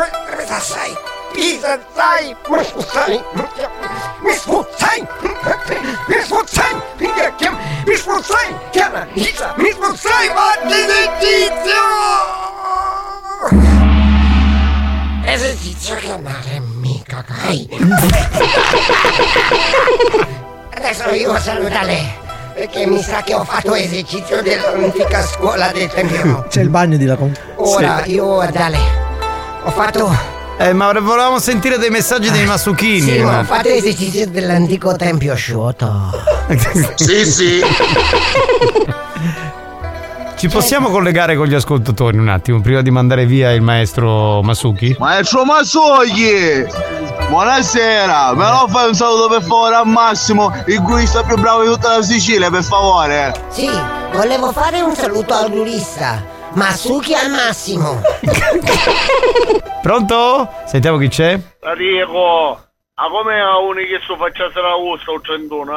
Chiama Isa. Mi sforzai, fatti esercizio. Esercizio chiamare mi cagai. Adesso io salutare perché mi sa che ho fatto esercizio dell'antica scuola del tempio. C'è il bagno di la Ora io Dale ho fatto ma volevamo sentire dei messaggi dei Masuchini. Sì, ma ho fatto esercizio dell'antico tempio sciolto. Sì. Ci possiamo collegare con gli ascoltatori un attimo prima di mandare via il maestro Masuki? Maestro Masuki! Buonasera! Me lo fai un saluto per favore a Massimo, il guista più bravo di tutta la Sicilia, per favore? Sì, volevo fare un saluto al giurista. Masuki al massimo. Pronto? Sentiamo chi c'è? La dico, a come a uno che sto facciasse la usta o 31,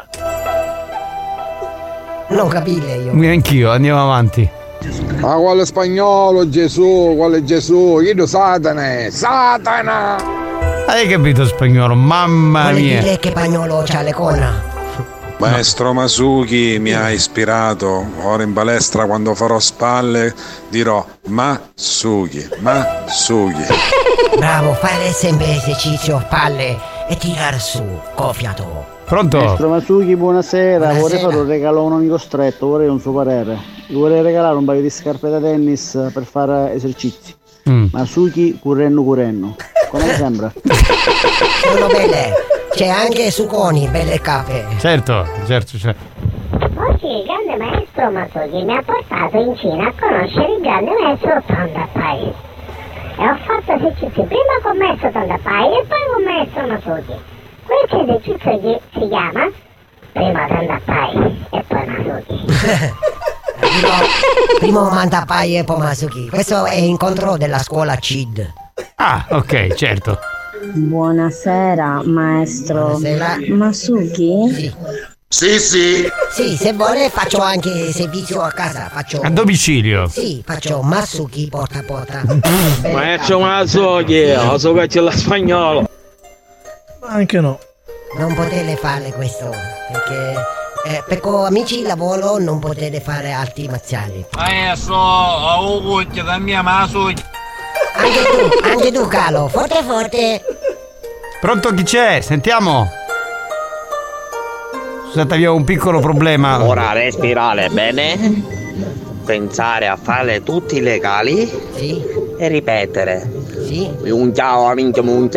Non capire io. Anch'io, andiamo avanti. Ma quale spagnolo Gesù, quale Gesù? Io Satana, Satana! Hai capito spagnolo, mamma Vuole mia. dire che spagnolo c'ha le corna. Maestro Masuki mi ha ispirato. Ora in palestra quando farò spalle dirò Masuki. Bravo, fare sempre esercizio, palle e tirar su, coffiato. Pronto? Maestro Masuki, buonasera. Vorrei fare un regalo a un amico stretto, vorrei un suo parere. Gli vorrei regalare un paio di scarpe da tennis per fare esercizi. Masuki currenno. Come sembra? Sono belle. C'è anche Suconi, belle cape. Certo. Oggi il grande maestro Masuki mi ha portato in Cina a conoscere il grande maestro Tondapai. E ho fatto esercizi prima con maestro Tondapai e poi con maestro Masuki. Questo esercizio si chiama prima Tondapai e poi Masuki. Primo Mandapai e poi Masuki. Questo è incontro della scuola CID. Ah, ok, certo. Buonasera, maestro. Buonasera. Masuki? Sì, se vuole faccio anche servizio a casa. A domicilio? Sì, faccio Masuki porta. Maestro Masuki, so che c'è la spagnolo. Anche no. Non potete fare questo, perché con amici di lavoro non potete fare arti marziali. Maestro, ho cucchia da mia Masuki. Anche tu, Calo, forte. Pronto, chi c'è? Sentiamo. Scusate, abbiamo un piccolo problema. Ora respirare bene, pensare a fare tutti i legali e ripetere. Un ciao, un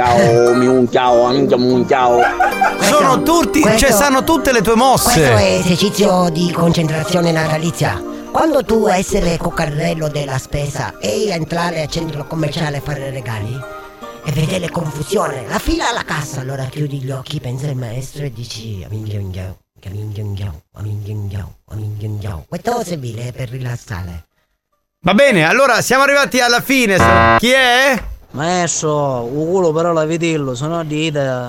ciao. Sono tutti, sanno tutte le tue mosse. Questo è esercizio di concentrazione natalizia. Quando tu essere coccarello della spesa e entrare al centro commerciale a fare regali e vedere confusione, la fila alla cassa, allora chiudi gli occhi, pensa il maestro e dici questo servile per rilassare. Va bene, allora siamo arrivati alla fine. Chi è? Maestro, culo però la vitello, sono dita.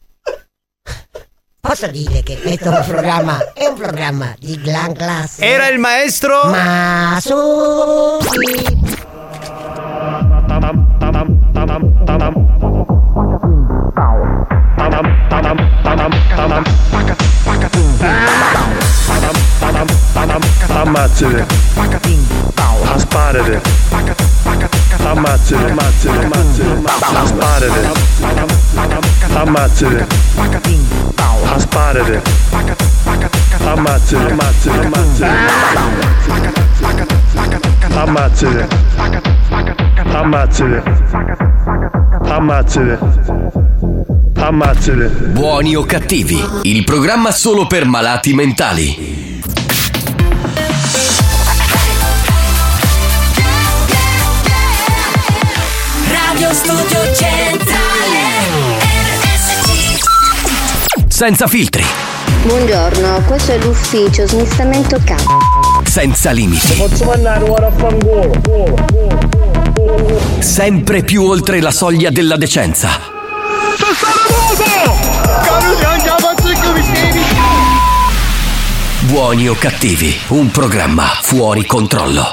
Posso dire che questo programma è un programma di gran classe. Era il maestro Masuki. Ammazzate. Asparate. Ammazzate. Asparate. Ammazzate. Asparate. Ammazzate. Ammazzate. Buoni o cattivi, il programma solo per malati mentali. Radio Studio Centrale RSC. Senza filtri. Buongiorno, questo è l'ufficio smistamento capo. Senza limiti. Posso mandare ora a fangolo. Sempre più oltre la soglia della decenza. Buoni o cattivi, un programma fuori controllo.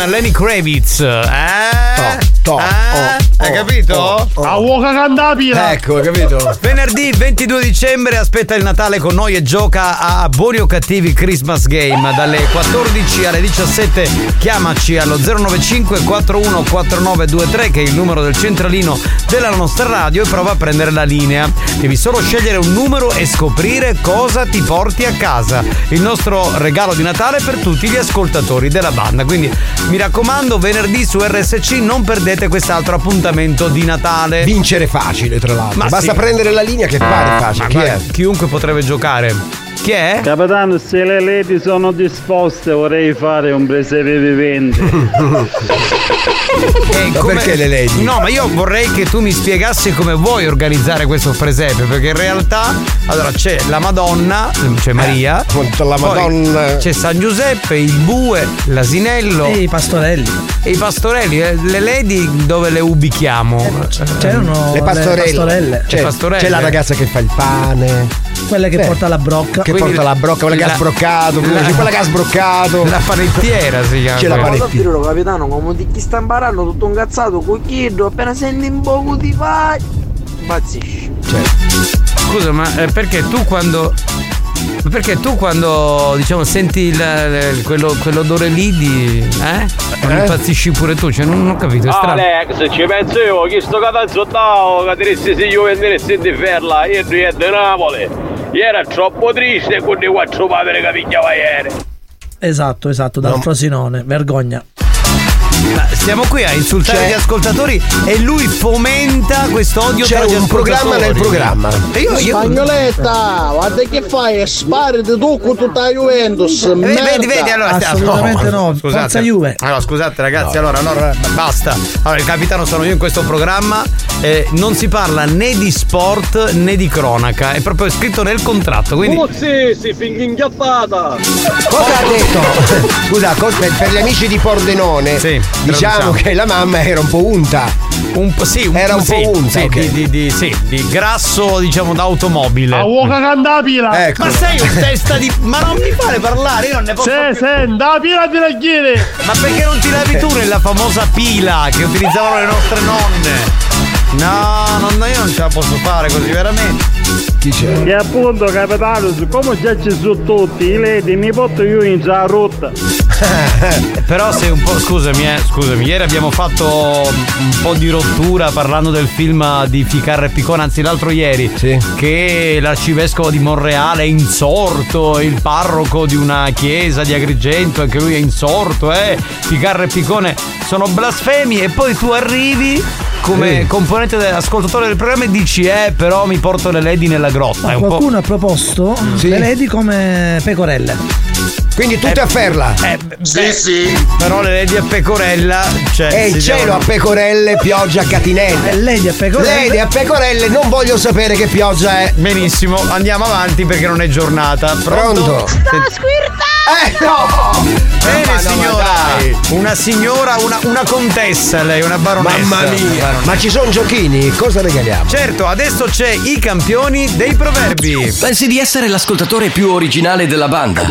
insieme a Lenny Kravitz. Hai capito? A uoca candapila. Ecco, hai capito? Venerdì 22 dicembre aspetta il Natale con noi e gioca a Buoni o Cattivi Christmas Game dalle 14 alle 17. Chiamaci allo 095 414923 che è il numero del centralino della nostra radio e prova a prendere la linea. Devi solo scegliere un numero e scoprire cosa ti porti a casa. Il nostro regalo di Natale per tutti gli ascoltatori della banda. Quindi mi raccomando, venerdì su RSC non perdete quest'altro appuntamento di Natale. Vincere facile, tra l'altro. Basta prendere la linea che pare facile. Chi è? Chiunque potrebbe giocare. Chi è? Capitano, se le lady sono disposte vorrei fare un presepe vivente. Perché le lady? No, ma io vorrei che tu mi spiegassi come vuoi organizzare questo presepe, perché in realtà allora c'è la Madonna, c'è Maria, la Madonna, c'è San Giuseppe, il bue, l'asinello e i pastorelli. Le lady dove le ubichiamo? C'erano le pastorelle. C'è la ragazza che fa il pane, quella che porta la brocca. Che porta la brocca, quella che ha sbroccato, quella che ha sbroccato. La panettiera si chiama. C'è la panettiera. Capitano, come ti sta imparando tutto un cazzato con chiedo, appena senti un poco di fai impazzisci. Scusa, ma perché tu quando diciamo senti quell'odore lì di non impazzisci pure tu? Cioè non ho capito, è strano. Alex, ci penso io, chi sto catazzottavo che diresti se io venderesti di ferla, io è di Napoli. Era troppo triste con i 4 padri che pigliava ieri. Esatto, dal Frosinone, vergogna. Stiamo qui a insultare gli ascoltatori e lui fomenta questo odio tra gli ascoltatori. C'è un programma nel programma. Spagnoletta, guarda che fai? Spariti tu con tutta la Juventus. Vedi, allora assolutamente no. Forza Juve. Allora scusate ragazzi, allora basta. Allora il capitano sono io in questo programma. Non si parla né di sport né di cronaca, è proprio scritto nel contratto. Quindi si finché inghiappata. Cosa ha detto? Scusa, per gli amici di Pordenone, diciamo che la mamma era un po' unta. Era un po' unta. Di grasso, diciamo, d'automobile. A uoca candapila. Ecco. Ma sei un testa di. Ma non mi fare parlare, io non ne posso più. Da pila di raghiere. Ma perché non ti lavi tu nella famosa pila che utilizzavano le nostre nonne? No, io non ce la posso fare così, veramente. Chi c'è? E appunto, capitano, siccome già ci sono tutti, i lady mi porto io in già rotta. Però sei un po'. Scusami, ieri abbiamo fatto un po' di rottura parlando del film di Ficarra e Piccone, anzi l'altro ieri, che l'arcivescovo di Monreale è insorto, il parroco di una chiesa di Agrigento, anche lui è insorto, Ficarra e Piccone sono blasfemi, e poi tu arrivi come componente ascoltatore del programma e dici però mi porto le lady nella grotta. Qualcuno ha proposto le lady come pecorelle. Quindi tutte a Ferla. Sì. Però le lady a pecorella, e il cielo a pecorelle, pioggia a catinelle. Lady a pecorelle, non voglio sapere che pioggia è. Benissimo, andiamo avanti perché non è giornata. Pronto? Sto squirtando! No! Bene, signora. Una una contessa, lei, una baronessa. Mamma mia! Ma ci sono giochini? Cosa regaliamo? Certo, adesso c'è i campioni dei proverbi. Pensi di essere l'ascoltatore più originale della banda?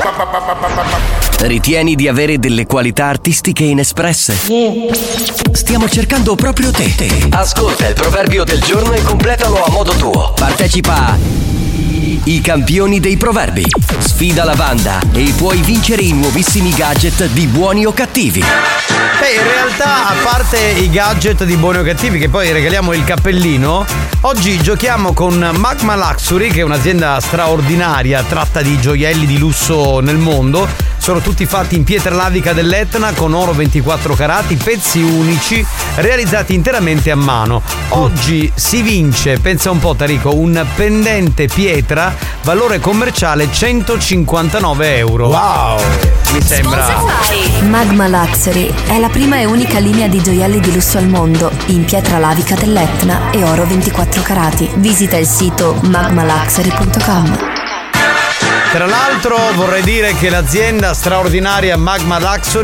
Ritieni di avere delle qualità artistiche inespresse? Stiamo cercando proprio te. Ascolta il proverbio del giorno e completalo a modo tuo. Partecipa a I campioni dei proverbi. Sfida la banda e puoi vincere i nuovissimi gadget di Buoni o Cattivi. In realtà, a parte i gadget di Buoni o Cattivi, che poi regaliamo il cappellino, oggi giochiamo con Magma Luxury, che è un'azienda straordinaria, tratta di gioielli di lusso nel mondo. Sono tutti fatti in pietra lavica dell'Etna con oro 24 carati, pezzi unici, realizzati interamente a mano. Oggi si vince, pensa un po' Tarico, un pendente pietra, valore commerciale 159 euro. Wow! Mi sembra. Magma Luxury è la prima e unica linea di gioielli di lusso al mondo, in pietra lavica dell'Etna e oro 24 carati. Visita il sito magmaluxury.com. Tra l'altro vorrei dire che l'azienda straordinaria Magma Luxury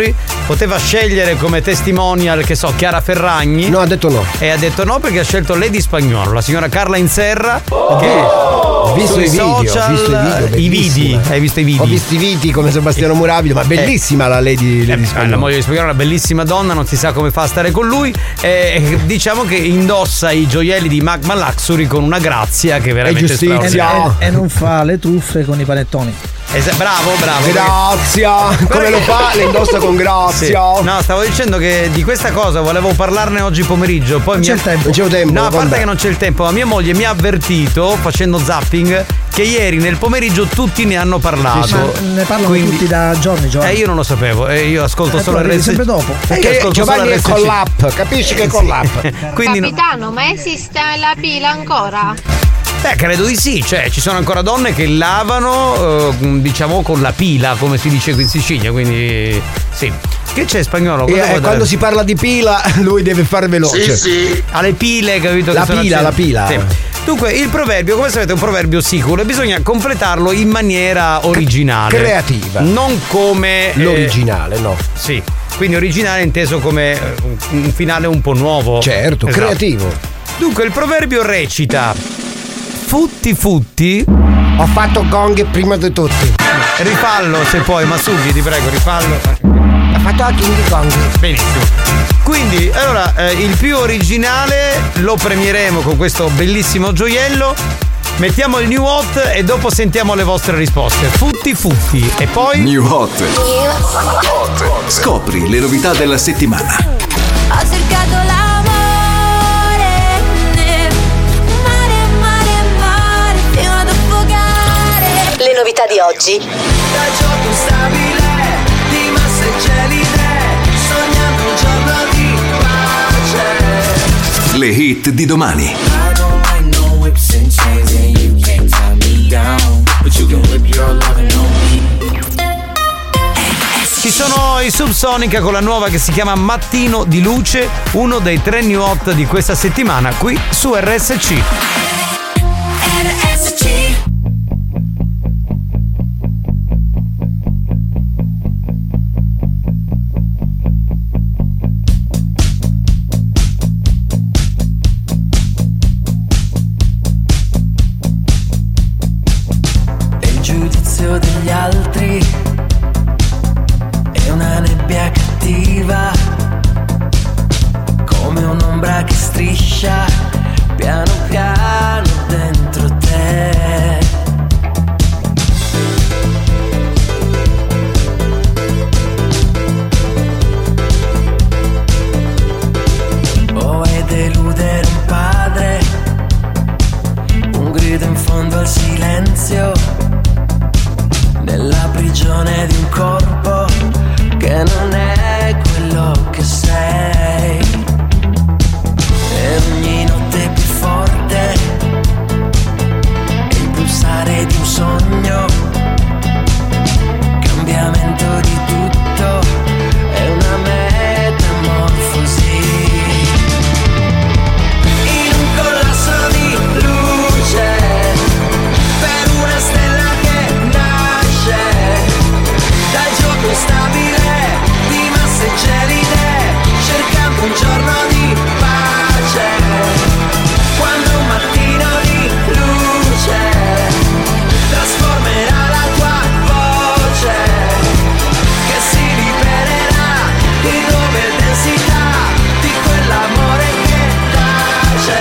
poteva scegliere come testimonial, che so, Chiara Ferragni. No, ha detto no. E ha detto no perché ha scelto Lady Spagnolo, la signora Carla Inserra. Che ho visto i video, social, i video. Hai visto i video? Ho visto i video come Sebastiano Murabido, ma bellissima la Lady Spagnolo. La moglie di Spagnolo è una bellissima donna, non si sa come fa a stare con lui. Diciamo che indossa i gioielli di Magma Luxury con una grazia che veramente è straordinaria. E non fa le truffe con i panettoni. Bravo. Grazia. Come lo fa? Le indossa con grazia. Sì. No, stavo dicendo che di questa cosa volevo parlarne oggi pomeriggio. Poi non c'è il tempo. No, a parte che non c'è il tempo, ma mia moglie mi ha avvertito facendo zapping che ieri nel pomeriggio tutti ne hanno parlato. Sì. Ne parlano tutti da giorni. Io non lo sapevo, io ascolto solo RSC. Sempre dopo. Perché Giovanni è con l'app, capisci che è con l'app. Quindi Capitano, ma esiste la pila ancora? Credo di sì, cioè ci sono ancora donne che lavano diciamo con la pila, come si dice qui in Sicilia, quindi sì. Che c'è Spagnolo? Quando si parla di pila lui deve fare veloce. Sì. Alle pile, capito? La pila. Sì. Dunque, il proverbio, come sapete, è un proverbio sicuro e bisogna completarlo in maniera originale. Creativa. Non come l'originale, no. Sì. Quindi originale inteso come un finale un po' nuovo. Certo, esatto. Creativo. Dunque, il proverbio recita: futti. Ho fatto gong prima di tutti. Rifallo se puoi, Masugi, ti prego, rifallo. Ha fatto anche King Kong. Benissimo. Quindi, allora, il più originale lo premieremo con questo bellissimo gioiello. Mettiamo il New Hot e dopo sentiamo le vostre risposte. Futti. E poi New Hot. Scopri le novità della settimana. Ho cercato l'amore, mare, fino ad affogare. Le novità di oggi. Da gioco stabile, di masse gelide, sognando un giorno di pace. Le hit di domani. Ci sono i Subsonica con la nuova che si chiama Mattino di Luce, uno dei 3 New Hot di questa settimana qui su RSC. Il giudizio degli altri è una nebbia cattiva, come un'ombra che striscia piano piano dentro te. O è deludere un padre, un grido in fondo al silenzio, nella prigione di un corpo che non è quello che sei. E ogni notte più forte, il pulsare di un sogno, cambiamento di tutto, è una metamorfosi. In un collasso di luce, per una stella che nasce dal gioco stabile di masse gelide, cercando un giorno di pace. Quando un mattino di luce trasformerà la tua voce, che si libererà in nuove densità di quell'amore che tace.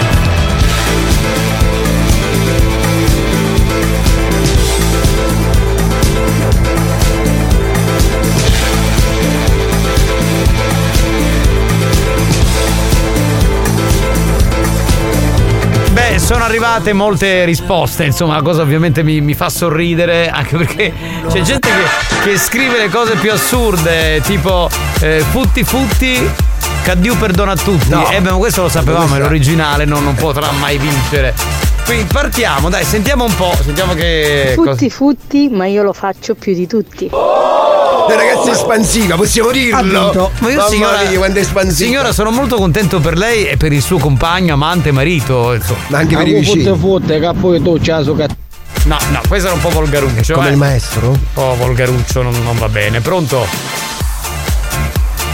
Beh, sono arrivate molte risposte, insomma la cosa ovviamente mi fa sorridere, anche perché c'è gente che scrive le cose più assurde, tipo futti, Caddiu perdona a tutti. No. Ma questo lo sapevamo, è l'originale, non potrà mai vincere. Quindi partiamo, dai, sentiamo un po', sentiamo che Futti, ma io lo faccio più di tutti. La ragazza è espansiva, possiamo dirlo. Ma io, Mamma mia, quanto è espansiva. signora, sono molto contento per lei e per il suo compagno, amante, marito, insomma. Ma anche per i vicini. Fotte, che poi tu c'ha su No, questo era un po' volgaruccio. Come il maestro? Un po' volgaruccio, non va bene. Pronto?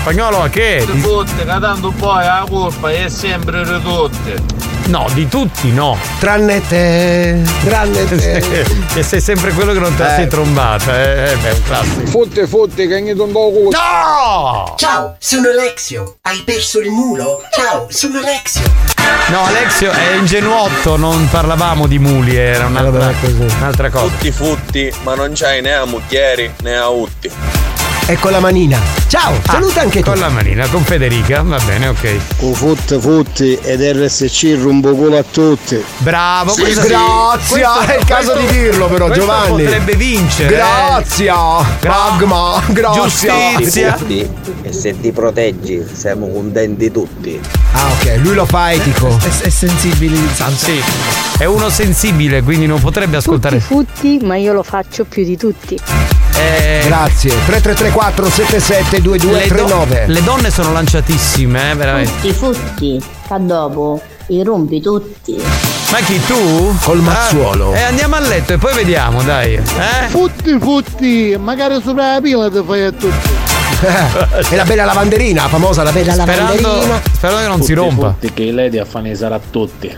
spagnolo a che? Tutte, che tanto poi la colpa è sempre di tutti. No, di tutti no. Tranne te. Che sei sempre quello che non te la sei trombata. Beh, è un classico. Fotte, che ogni tanto culo. No! Ciao, sono Alexio. Hai perso il mulo? Ciao, sono Alexio. No, Alexio è ingenuotto, non parlavamo di muli, era un'altra cosa. Futti, ma non c'hai né a mucchieri né a utti. E con la manina. Ciao, saluta anche tu. Con la manina, con Federica, va bene, ok. Futti ed RSC rumbo culo a tutti. Bravo, sì, grazie. È il caso di dirlo, però, Giovanni. Potrebbe vincere. Grazie. Magma, grazie. Giustizia. E se ti proteggi, siamo contenti tutti. Ah, ok, lui lo fa etico. È sensibilizzante. Sì. È uno sensibile, quindi non potrebbe ascoltare. Futti, ma io lo faccio più di tutti. Grazie. 3334 77 2239. Le donne sono lanciatissime, veramente. Futti, fa dopo i rompi tutti. Ma chi, tu? Col mazzuolo. Andiamo a letto e poi vediamo, dai. Futti, magari sopra la pila ti fai a tutti. E la bella lavanderina, la famosa la bella lavanderina. Sperando che non si rompa. Che i lady a fare sarà tutti.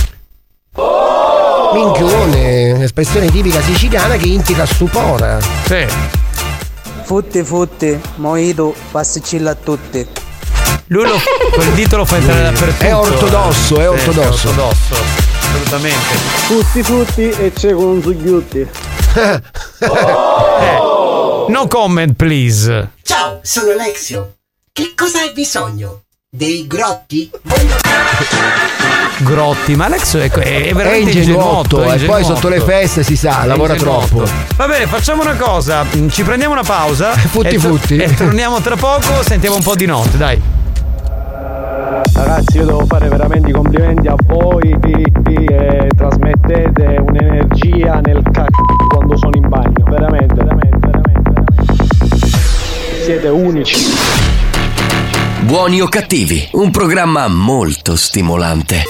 Minchione, espressione tipica siciliana che indica stupore. Sì. Futti, moito, pasticcilla a tutti. Lui quel dito lo fa entrare dappertutto. È ortodosso, è ortodosso. Assolutamente. Futti e c'è con un sugghiutti. No comment, please. Ciao, sono Alexio. Che cosa hai bisogno? Dei grotti? Grotti, ma Alex è veramente ingenuotto. E poi sotto le feste si sa, lavora troppo. Va bene, facciamo una cosa, ci prendiamo una pausa. Futti. E torniamo tra poco, sentiamo un po' di notte, dai. Ragazzi, io devo fare veramente i complimenti a voi che trasmettete un'energia nel c***o quando sono in bagno. Veramente. Siete unici. Buoni o cattivi, un programma molto stimolante.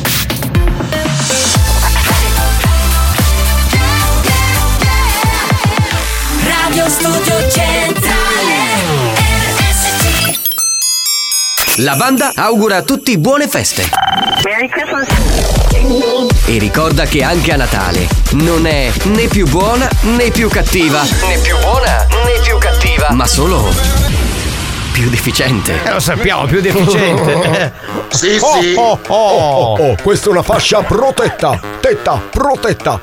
Radio Studio Centrale RSC. La banda augura a tutti buone feste. Merry Christmas. E ricorda che anche a Natale non è né più buona né più cattiva. Né più buona né più cattiva. Ma solo più deficiente. Lo sappiamo, più deficiente. Sì. Questa è una fascia protetta. Tetta protetta.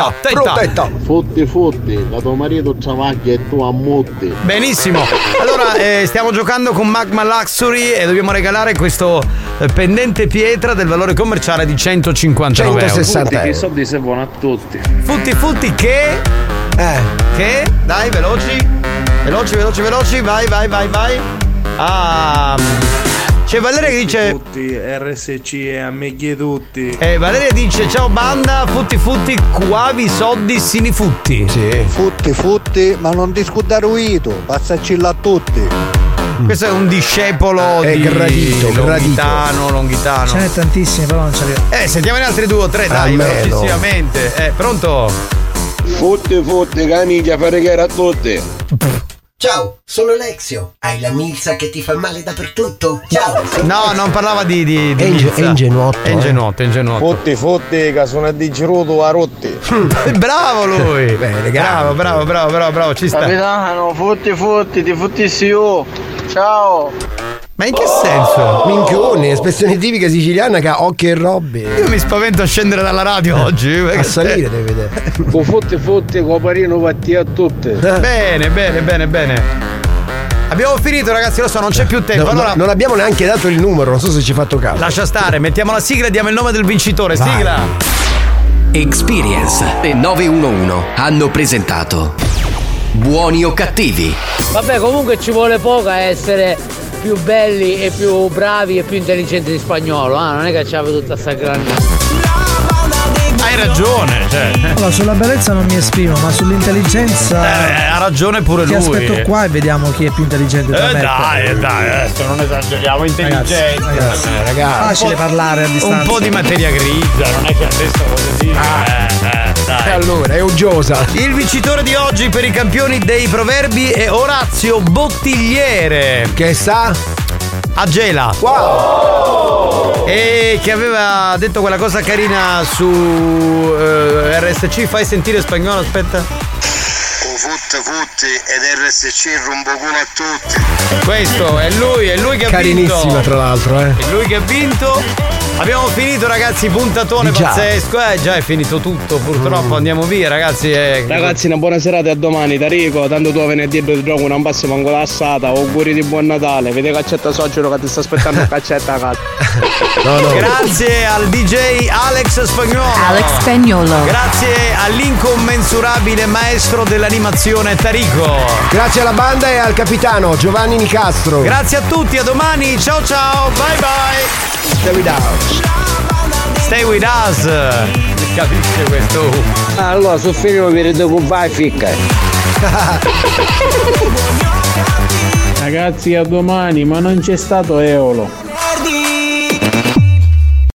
Futti, la tua marito travaglia e tu ammutti. Benissimo. Allora, stiamo giocando con Magma Luxury e dobbiamo regalare questo pendente pietra del valore commerciale di 159 euro. 160 euro. Che soldi servono a tutti. Futti che? Che? Dai, veloci, vai. C'è Valeria che dice Futti, RSC e a me tutti. Valeria dice ciao banda, futti, quavi soldi sini futti. Sì. Futti, ma non ti scudare uito, passaci a tutti. Questo è un discepolo di Longhitano. Ce n'è tantissimi, però non ce li. Sentiamone altri 2 o 3, dai, velocissimamente. Pronto? Futti, caniglia, fare gara a tutti. Ciao, sono Alexio. Hai la milza che ti fa male dappertutto? Ciao. No, non parlava di è ingenuotto. È ingenuotto. Futti, che sono digeruto a rotti. Bravo lui. Bene, bravo, ci sta. Capitano, futti, ti futtissi io. Ciao. Ma in che senso? Minchione, espressione tipica siciliana che ha occhi e robbi. Io mi spavento a scendere dalla radio oggi. A salire devi vedere. Futti, coparino patti a tutte. Bene. Abbiamo finito, ragazzi, lo so, non c'è più tempo. No, allora non abbiamo neanche dato il numero, non so se ci hai fatto caso. Lascia stare, mettiamo la sigla e diamo il nome del vincitore. Vai. Sigla. Experience e 911 hanno presentato Buoni o cattivi. Vabbè, comunque ci vuole poco a essere più belli e più bravi e più intelligenti di spagnolo, non è che c'avete tutta sta grande. hai ragione. Cioè. Allora, sulla bellezza non mi esprimo, ma sull'intelligenza. Ha ragione pure ti lui. Ti aspetto qua e vediamo chi è più intelligente tra me. Dai, adesso non esageriamo. Intelligenza. Ragazzi. Facile parlare a distanza. Un po' di materia grigia, non è che adesso voglio dire. Dai. Allora, è uggiosa. Il vincitore di oggi per i campioni dei proverbi è Orazio Bottigliere. Che sa? A Gela. Wow! E che aveva detto quella cosa carina su RSC. Fai sentire spagnolo, aspetta. Futti ed RSC rumbocuno a tutti. Questo è lui che ha vinto. Carinissima tra l'altro, È lui che ha vinto. Abbiamo finito, ragazzi, puntatone pazzesco. Già è finito tutto, purtroppo. Andiamo via, ragazzi. Ragazzi, una buona serata, a domani, Tarico. Tanto tu venerdì di gioco non passi manco l'assata. Auguri di buon Natale. Vedi Caccetta Soggiero che ti sta aspettando Caccetta a casa. No. Grazie al DJ Alex Spagnolo. Alex Spagnolo. Grazie all'incommensurabile maestro dell'animazione Tarico. Grazie alla banda e al capitano Giovanni Nicastro. Grazie a tutti, a domani. Ciao ciao, bye bye. Stay with us. Stay with us. Capisce questo? Allora, su figlio mi vedo con vai ficca. Ragazzi, a domani, ma non c'è stato Eolo.